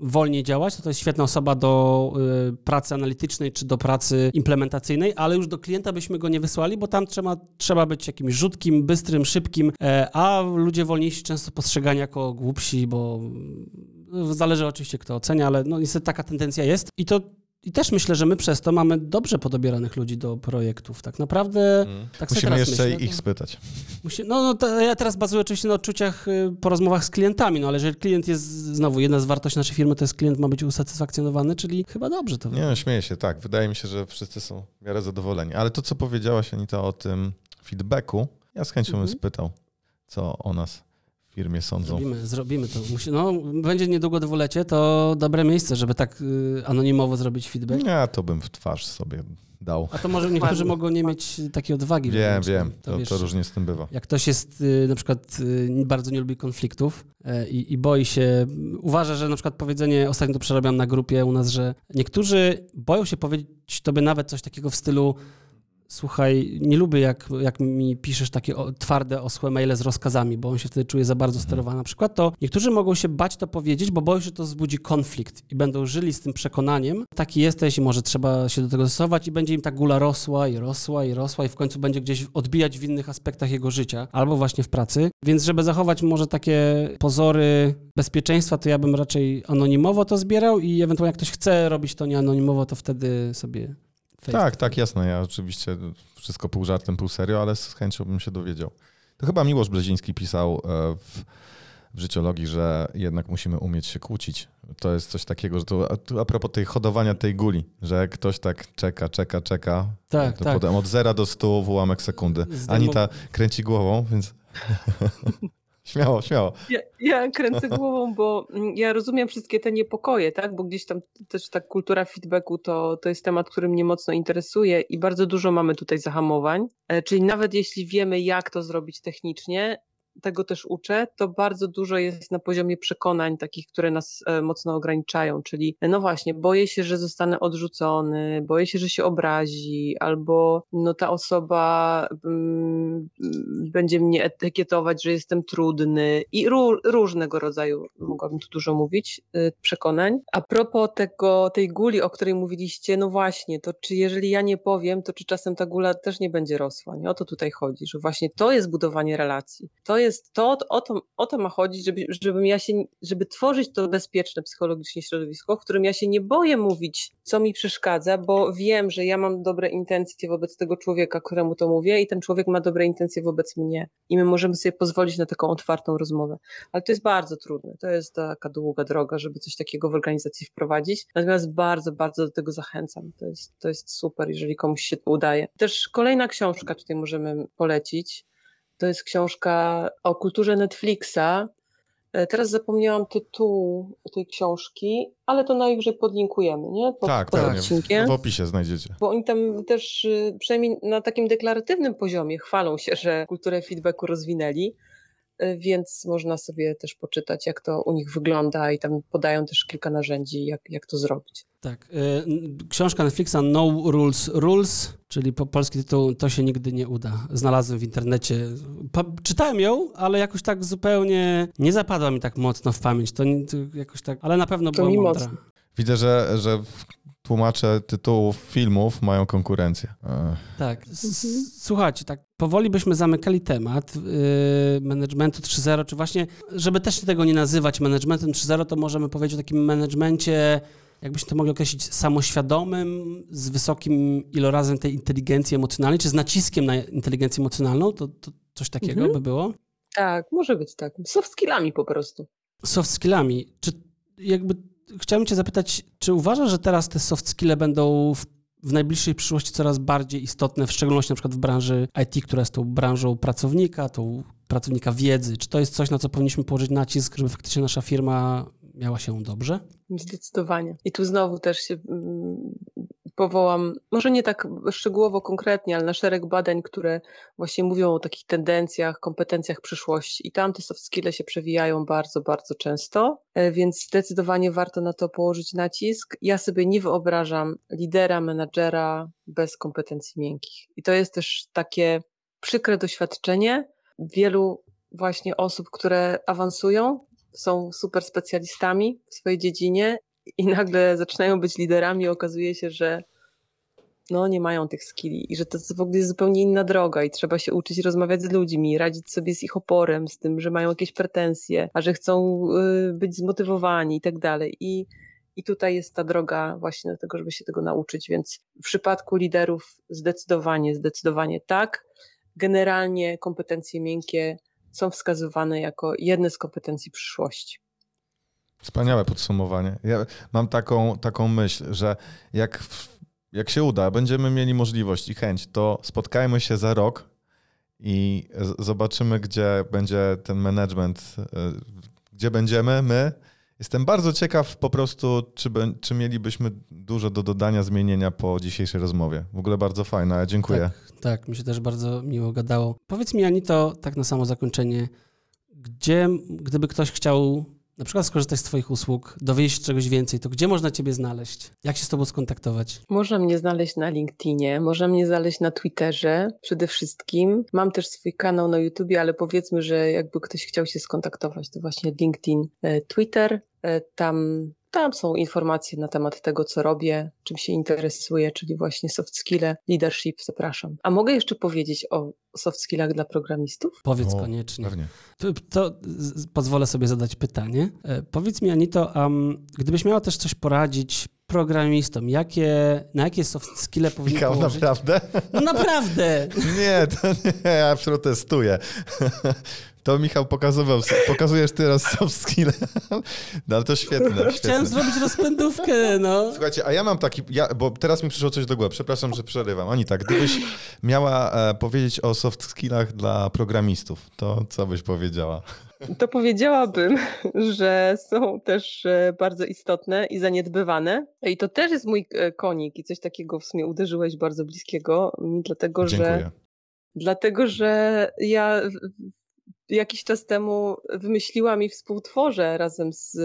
wolniej działać, to jest świetna osoba do pracy analitycznej czy do pracy implementacyjnej, ale już do klienta byśmy go nie wysłali, bo tam trzeba być jakimś rzutkim, bystrym, szybkim, a ludzie wolniejsi często postrzegani jako głupsi, bo zależy oczywiście kto ocenia, ale no niestety taka tendencja jest i też myślę, że my przez to mamy dobrze podobieranych ludzi do projektów. Tak naprawdę... Tak
Musimy
teraz
jeszcze
myślę,
ich spytać.
Ja teraz bazuję oczywiście na odczuciach po rozmowach z klientami, ale jeżeli klient jest, znowu, jedna z wartości naszej firmy to jest klient ma być usatysfakcjonowany, czyli chyba dobrze to wygląda.
Nie, śmieję się, tak. Wydaje mi się, że wszyscy są w miarę zadowoleni. Ale to, co powiedziałaś, Anita, o tym feedbacku, ja z chęcią bym spytał, co o nas w firmie sądzą.
Zrobimy to. Będzie niedługo dwulecie, to dobre miejsce, żeby tak anonimowo zrobić feedback.
Ja to bym w twarz sobie dał.
A to może niektórzy mogą nie mieć takiej odwagi.
Wiem. To różnie z tym bywa.
Jak ktoś jest na przykład bardzo nie lubi konfliktów i boi się, uważa, że na przykład powiedzenie, ostatnio to przerabiam na grupie u nas, że niektórzy boją się powiedzieć tobie nawet coś takiego w stylu słuchaj, nie lubię jak mi piszesz takie twarde, osłe maile z rozkazami, bo on się wtedy czuje za bardzo sterowany. Na przykład to niektórzy mogą się bać to powiedzieć, bo boją się, że to wzbudzi konflikt i będą żyli z tym przekonaniem, taki jesteś i może trzeba się do tego stosować i będzie im ta gula rosła i w końcu będzie gdzieś odbijać w innych aspektach jego życia albo właśnie w pracy. Więc żeby zachować może takie pozory bezpieczeństwa, to ja bym raczej anonimowo to zbierał i ewentualnie jak ktoś chce robić to nieanonimowo, to wtedy sobie...
Tak, jasne. Ja oczywiście wszystko pół żartem, pół serio, ale z chęcią bym się dowiedział. To chyba Miłosz Brzeziński pisał w życiologii, że jednak musimy umieć się kłócić. To jest coś takiego, że to a propos tej hodowania tej guli, że jak ktoś tak czeka, to potem od 0 do 100 w ułamek sekundy. Anita kręci głową, więc... Śmiało.
Ja kręcę głową, bo ja rozumiem wszystkie te niepokoje, tak? Bo gdzieś tam też ta kultura feedbacku to jest temat, który mnie mocno interesuje i bardzo dużo mamy tutaj zahamowań. Czyli nawet jeśli wiemy, jak to zrobić technicznie, tego też uczę, to bardzo dużo jest na poziomie przekonań takich, które nas mocno ograniczają, czyli no właśnie, boję się, że zostanę odrzucony, boję się, że się obrazi, albo no ta osoba będzie mnie etykietować, że jestem trudny i różnego rodzaju, mogłabym tu dużo mówić, przekonań. A propos tej guli, o której mówiliście, no właśnie, to czy jeżeli ja nie powiem, to czy czasem ta gula też nie będzie rosła, nie? O to tutaj chodzi, że właśnie to jest budowanie relacji, o to ma chodzić, żeby tworzyć to bezpieczne psychologicznie środowisko, w którym ja się nie boję mówić, co mi przeszkadza, bo wiem, że ja mam dobre intencje wobec tego człowieka, któremu to mówię i ten człowiek ma dobre intencje wobec mnie i my możemy sobie pozwolić na taką otwartą rozmowę. Ale to jest bardzo trudne, to jest taka długa droga, żeby coś takiego w organizacji wprowadzić, natomiast bardzo, bardzo do tego zachęcam. To jest super, jeżeli komuś się to udaje. Też kolejna książka tutaj możemy polecić. To jest książka o kulturze Netflixa. Teraz zapomniałam tytułu tej książki, ale to najwyżej podlinkujemy, nie? Pod odcinkiem.
W opisie znajdziecie.
Bo oni tam też, przynajmniej na takim deklaratywnym poziomie, chwalą się, że kulturę feedbacku rozwinęli, więc można sobie też poczytać, jak to u nich wygląda i tam podają też kilka narzędzi, jak to zrobić.
Tak. Książka Netflixa No Rules, czyli polski tytuł To się nigdy nie uda. Znalazłem w internecie. Czytałem ją, ale jakoś tak zupełnie nie zapadła mi tak mocno w pamięć. To jakoś tak, ale na pewno była mądra.
Mocno. Widzę, że tłumacze tytułów filmów mają konkurencję.
Tak. Słuchajcie, tak powoli byśmy zamykali temat managementu 3.0, czy właśnie, żeby też tego nie nazywać managementem 3.0, to możemy powiedzieć o takim managemencie, jakbyśmy to mogli określić, samoświadomym, z wysokim ilorazem tej inteligencji emocjonalnej, czy z naciskiem na inteligencję emocjonalną, to coś takiego by było?
Tak, może być tak. Soft skillami po prostu.
Soft skillami. Czy chciałem cię zapytać, czy uważasz, że teraz te soft skille będą w najbliższej przyszłości coraz bardziej istotne, w szczególności na przykład w branży IT, która jest tą branżą pracownika wiedzy? Czy to jest coś, na co powinniśmy położyć nacisk, żeby faktycznie nasza firma miała się dobrze?
Zdecydowanie. I tu znowu też się powołam, może nie tak szczegółowo, konkretnie, ale na szereg badań, które właśnie mówią o takich tendencjach, kompetencjach przyszłości. I tam te soft skille się przewijają bardzo, bardzo często, więc zdecydowanie warto na to położyć nacisk. Ja sobie nie wyobrażam lidera, menadżera bez kompetencji miękkich. I to jest też takie przykre doświadczenie wielu właśnie osób, które awansują są super specjalistami w swojej dziedzinie i nagle zaczynają być liderami, okazuje się, że nie mają tych skilli i że to w ogóle jest zupełnie inna droga i trzeba się uczyć rozmawiać z ludźmi, radzić sobie z ich oporem, z tym, że mają jakieś pretensje, a że chcą być zmotywowani i tak dalej. I tutaj jest ta droga właśnie do tego, żeby się tego nauczyć, więc w przypadku liderów zdecydowanie tak. Generalnie kompetencje miękkie są wskazywane jako jedne z kompetencji przyszłości.
Wspaniałe podsumowanie. Ja mam taką myśl, że jak się uda, będziemy mieli możliwość i chęć, to spotkajmy się za rok i zobaczymy, gdzie będzie ten management, gdzie będziemy my. Jestem bardzo ciekaw po prostu, czy mielibyśmy dużo do dodania, zmienienia po dzisiejszej rozmowie. W ogóle bardzo fajna, dziękuję.
Tak, mi się też bardzo miło gadało. Powiedz mi, Anito, tak na samo zakończenie, gdyby ktoś chciał na przykład skorzystać z twoich usług, dowiedzieć się czegoś więcej, to gdzie można ciebie znaleźć? Jak się z tobą skontaktować?
Można mnie znaleźć na LinkedInie, można mnie znaleźć na Twitterze przede wszystkim. Mam też swój kanał na YouTubie, ale powiedzmy, że jakby ktoś chciał się skontaktować, to właśnie LinkedIn, Twitter. Tam są informacje na temat tego, co robię, czym się interesuję, czyli właśnie soft skille, leadership, zapraszam. A mogę jeszcze powiedzieć o soft skillach dla programistów?
Powiedz koniecznie.
Pewnie.
To pozwolę sobie zadać pytanie. Powiedz mi, Anito, gdybyś miała też coś poradzić programistom, na jakie soft skille powinni
Michał,
położyć?
naprawdę?
No naprawdę!
Nie, ja protestuję. To Michał pokazujesz teraz soft skill. No ale to świetne.
Chciałem zrobić rozpędówkę, no.
Słuchajcie, a ja mam bo teraz mi przyszło coś do głowy, przepraszam, że przerywam. Anita, gdybyś miała powiedzieć o soft skillach dla programistów, to co byś powiedziała?
To powiedziałabym, że są też bardzo istotne i zaniedbywane. I to też jest mój konik i coś takiego w sumie uderzyłeś bardzo bliskiego, dlatego że ja jakiś czas temu wymyśliłam i współtworzę razem z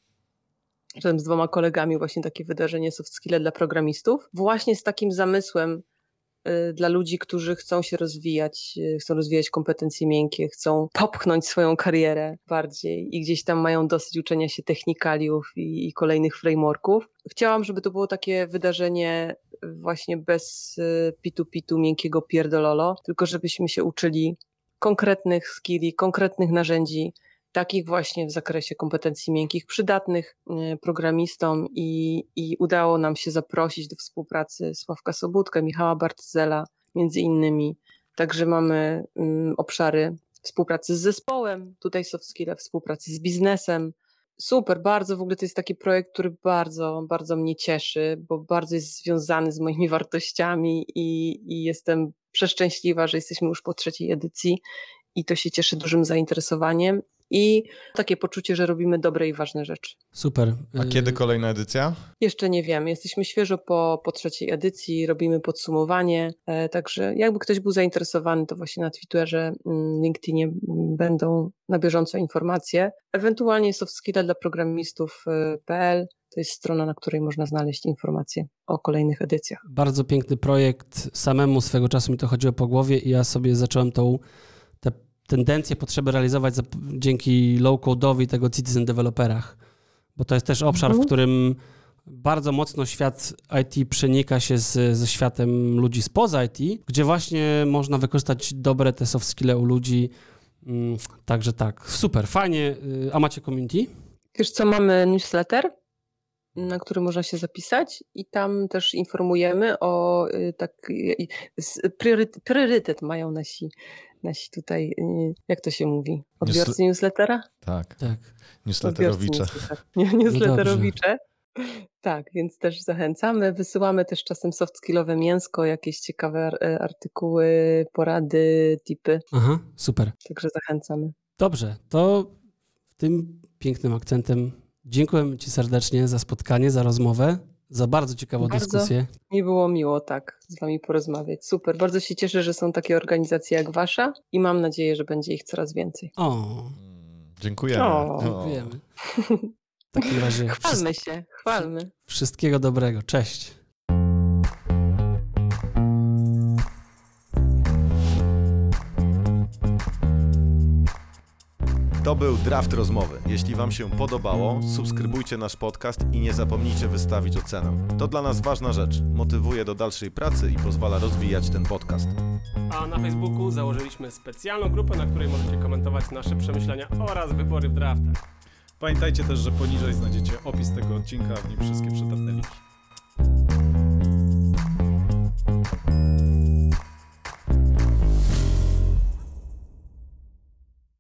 2 kolegami właśnie takie wydarzenie soft skille dla programistów, właśnie z takim zamysłem dla ludzi, którzy chcą się rozwijać, chcą rozwijać kompetencje miękkie, chcą popchnąć swoją karierę bardziej i gdzieś tam mają dosyć uczenia się technikaliów i kolejnych frameworków. Chciałam, żeby to było takie wydarzenie właśnie bez pitu, miękkiego pierdololo, tylko żebyśmy się uczyli konkretnych skilli, konkretnych narzędzi, takich właśnie w zakresie kompetencji miękkich, przydatnych programistom i udało nam się zaprosić do współpracy Sławka Sobótkę, Michała Bartzyzela między innymi. Także mamy obszary współpracy z zespołem, tutaj soft skille, współpracy z biznesem. Super, bardzo w ogóle to jest taki projekt, który bardzo, bardzo mnie cieszy, bo bardzo jest związany z moimi wartościami i jestem przeszczęśliwa, że jesteśmy już po 3. edycji i to się cieszy dużym zainteresowaniem i takie poczucie, że robimy dobre i ważne rzeczy.
Super.
A kiedy kolejna edycja?
Jeszcze nie wiem. Jesteśmy świeżo po 3. edycji, robimy podsumowanie, także jakby ktoś był zainteresowany, to właśnie na Twitterze, LinkedInie będą na bieżąco informacje. Ewentualnie softskille dla programistów.pl to jest strona, na której można znaleźć informacje o kolejnych edycjach.
Bardzo piękny projekt. Samemu swego czasu mi to chodziło po głowie i ja sobie zacząłem tę tendencję, potrzeby realizować dzięki low-code'owi tego citizen developerach, bo to jest też obszar, w którym bardzo mocno świat IT przenika się ze światem ludzi spoza IT, gdzie właśnie można wykorzystać dobre te soft skille u ludzi. Także tak, super, fajnie. A macie community?
Wiesz co, mamy newsletter, na który można się zapisać i tam też informujemy o priorytet mają nasi tutaj, jak to się mówi, odbiorcy newslettera?
Tak.
Tak.
Newsletterowicze.
Newsletterowicze. Tak, więc też zachęcamy. Wysyłamy też czasem soft skillowe mięsko, jakieś ciekawe artykuły, porady, tipy.
Aha, super.
Także zachęcamy.
Dobrze, to tym pięknym akcentem dziękuję Ci serdecznie za spotkanie, za rozmowę, za bardzo ciekawą dyskusję.
Mi było miło z Wami porozmawiać. Super, bardzo się cieszę, że są takie organizacje jak Wasza i mam nadzieję, że będzie ich coraz więcej.
Dziękujemy.
Dziękujemy. W takim razie
chwalmy.
Wszystkiego dobrego. Cześć.
To był Draft Rozmowy. Jeśli Wam się podobało, subskrybujcie nasz podcast i nie zapomnijcie wystawić ocenę. To dla nas ważna rzecz. Motywuje do dalszej pracy i pozwala rozwijać ten podcast.
A na Facebooku założyliśmy specjalną grupę, na której możecie komentować nasze przemyślenia oraz wybory w draftach.
Pamiętajcie też, że poniżej znajdziecie opis tego odcinka, w nim wszystkie przydatne linki.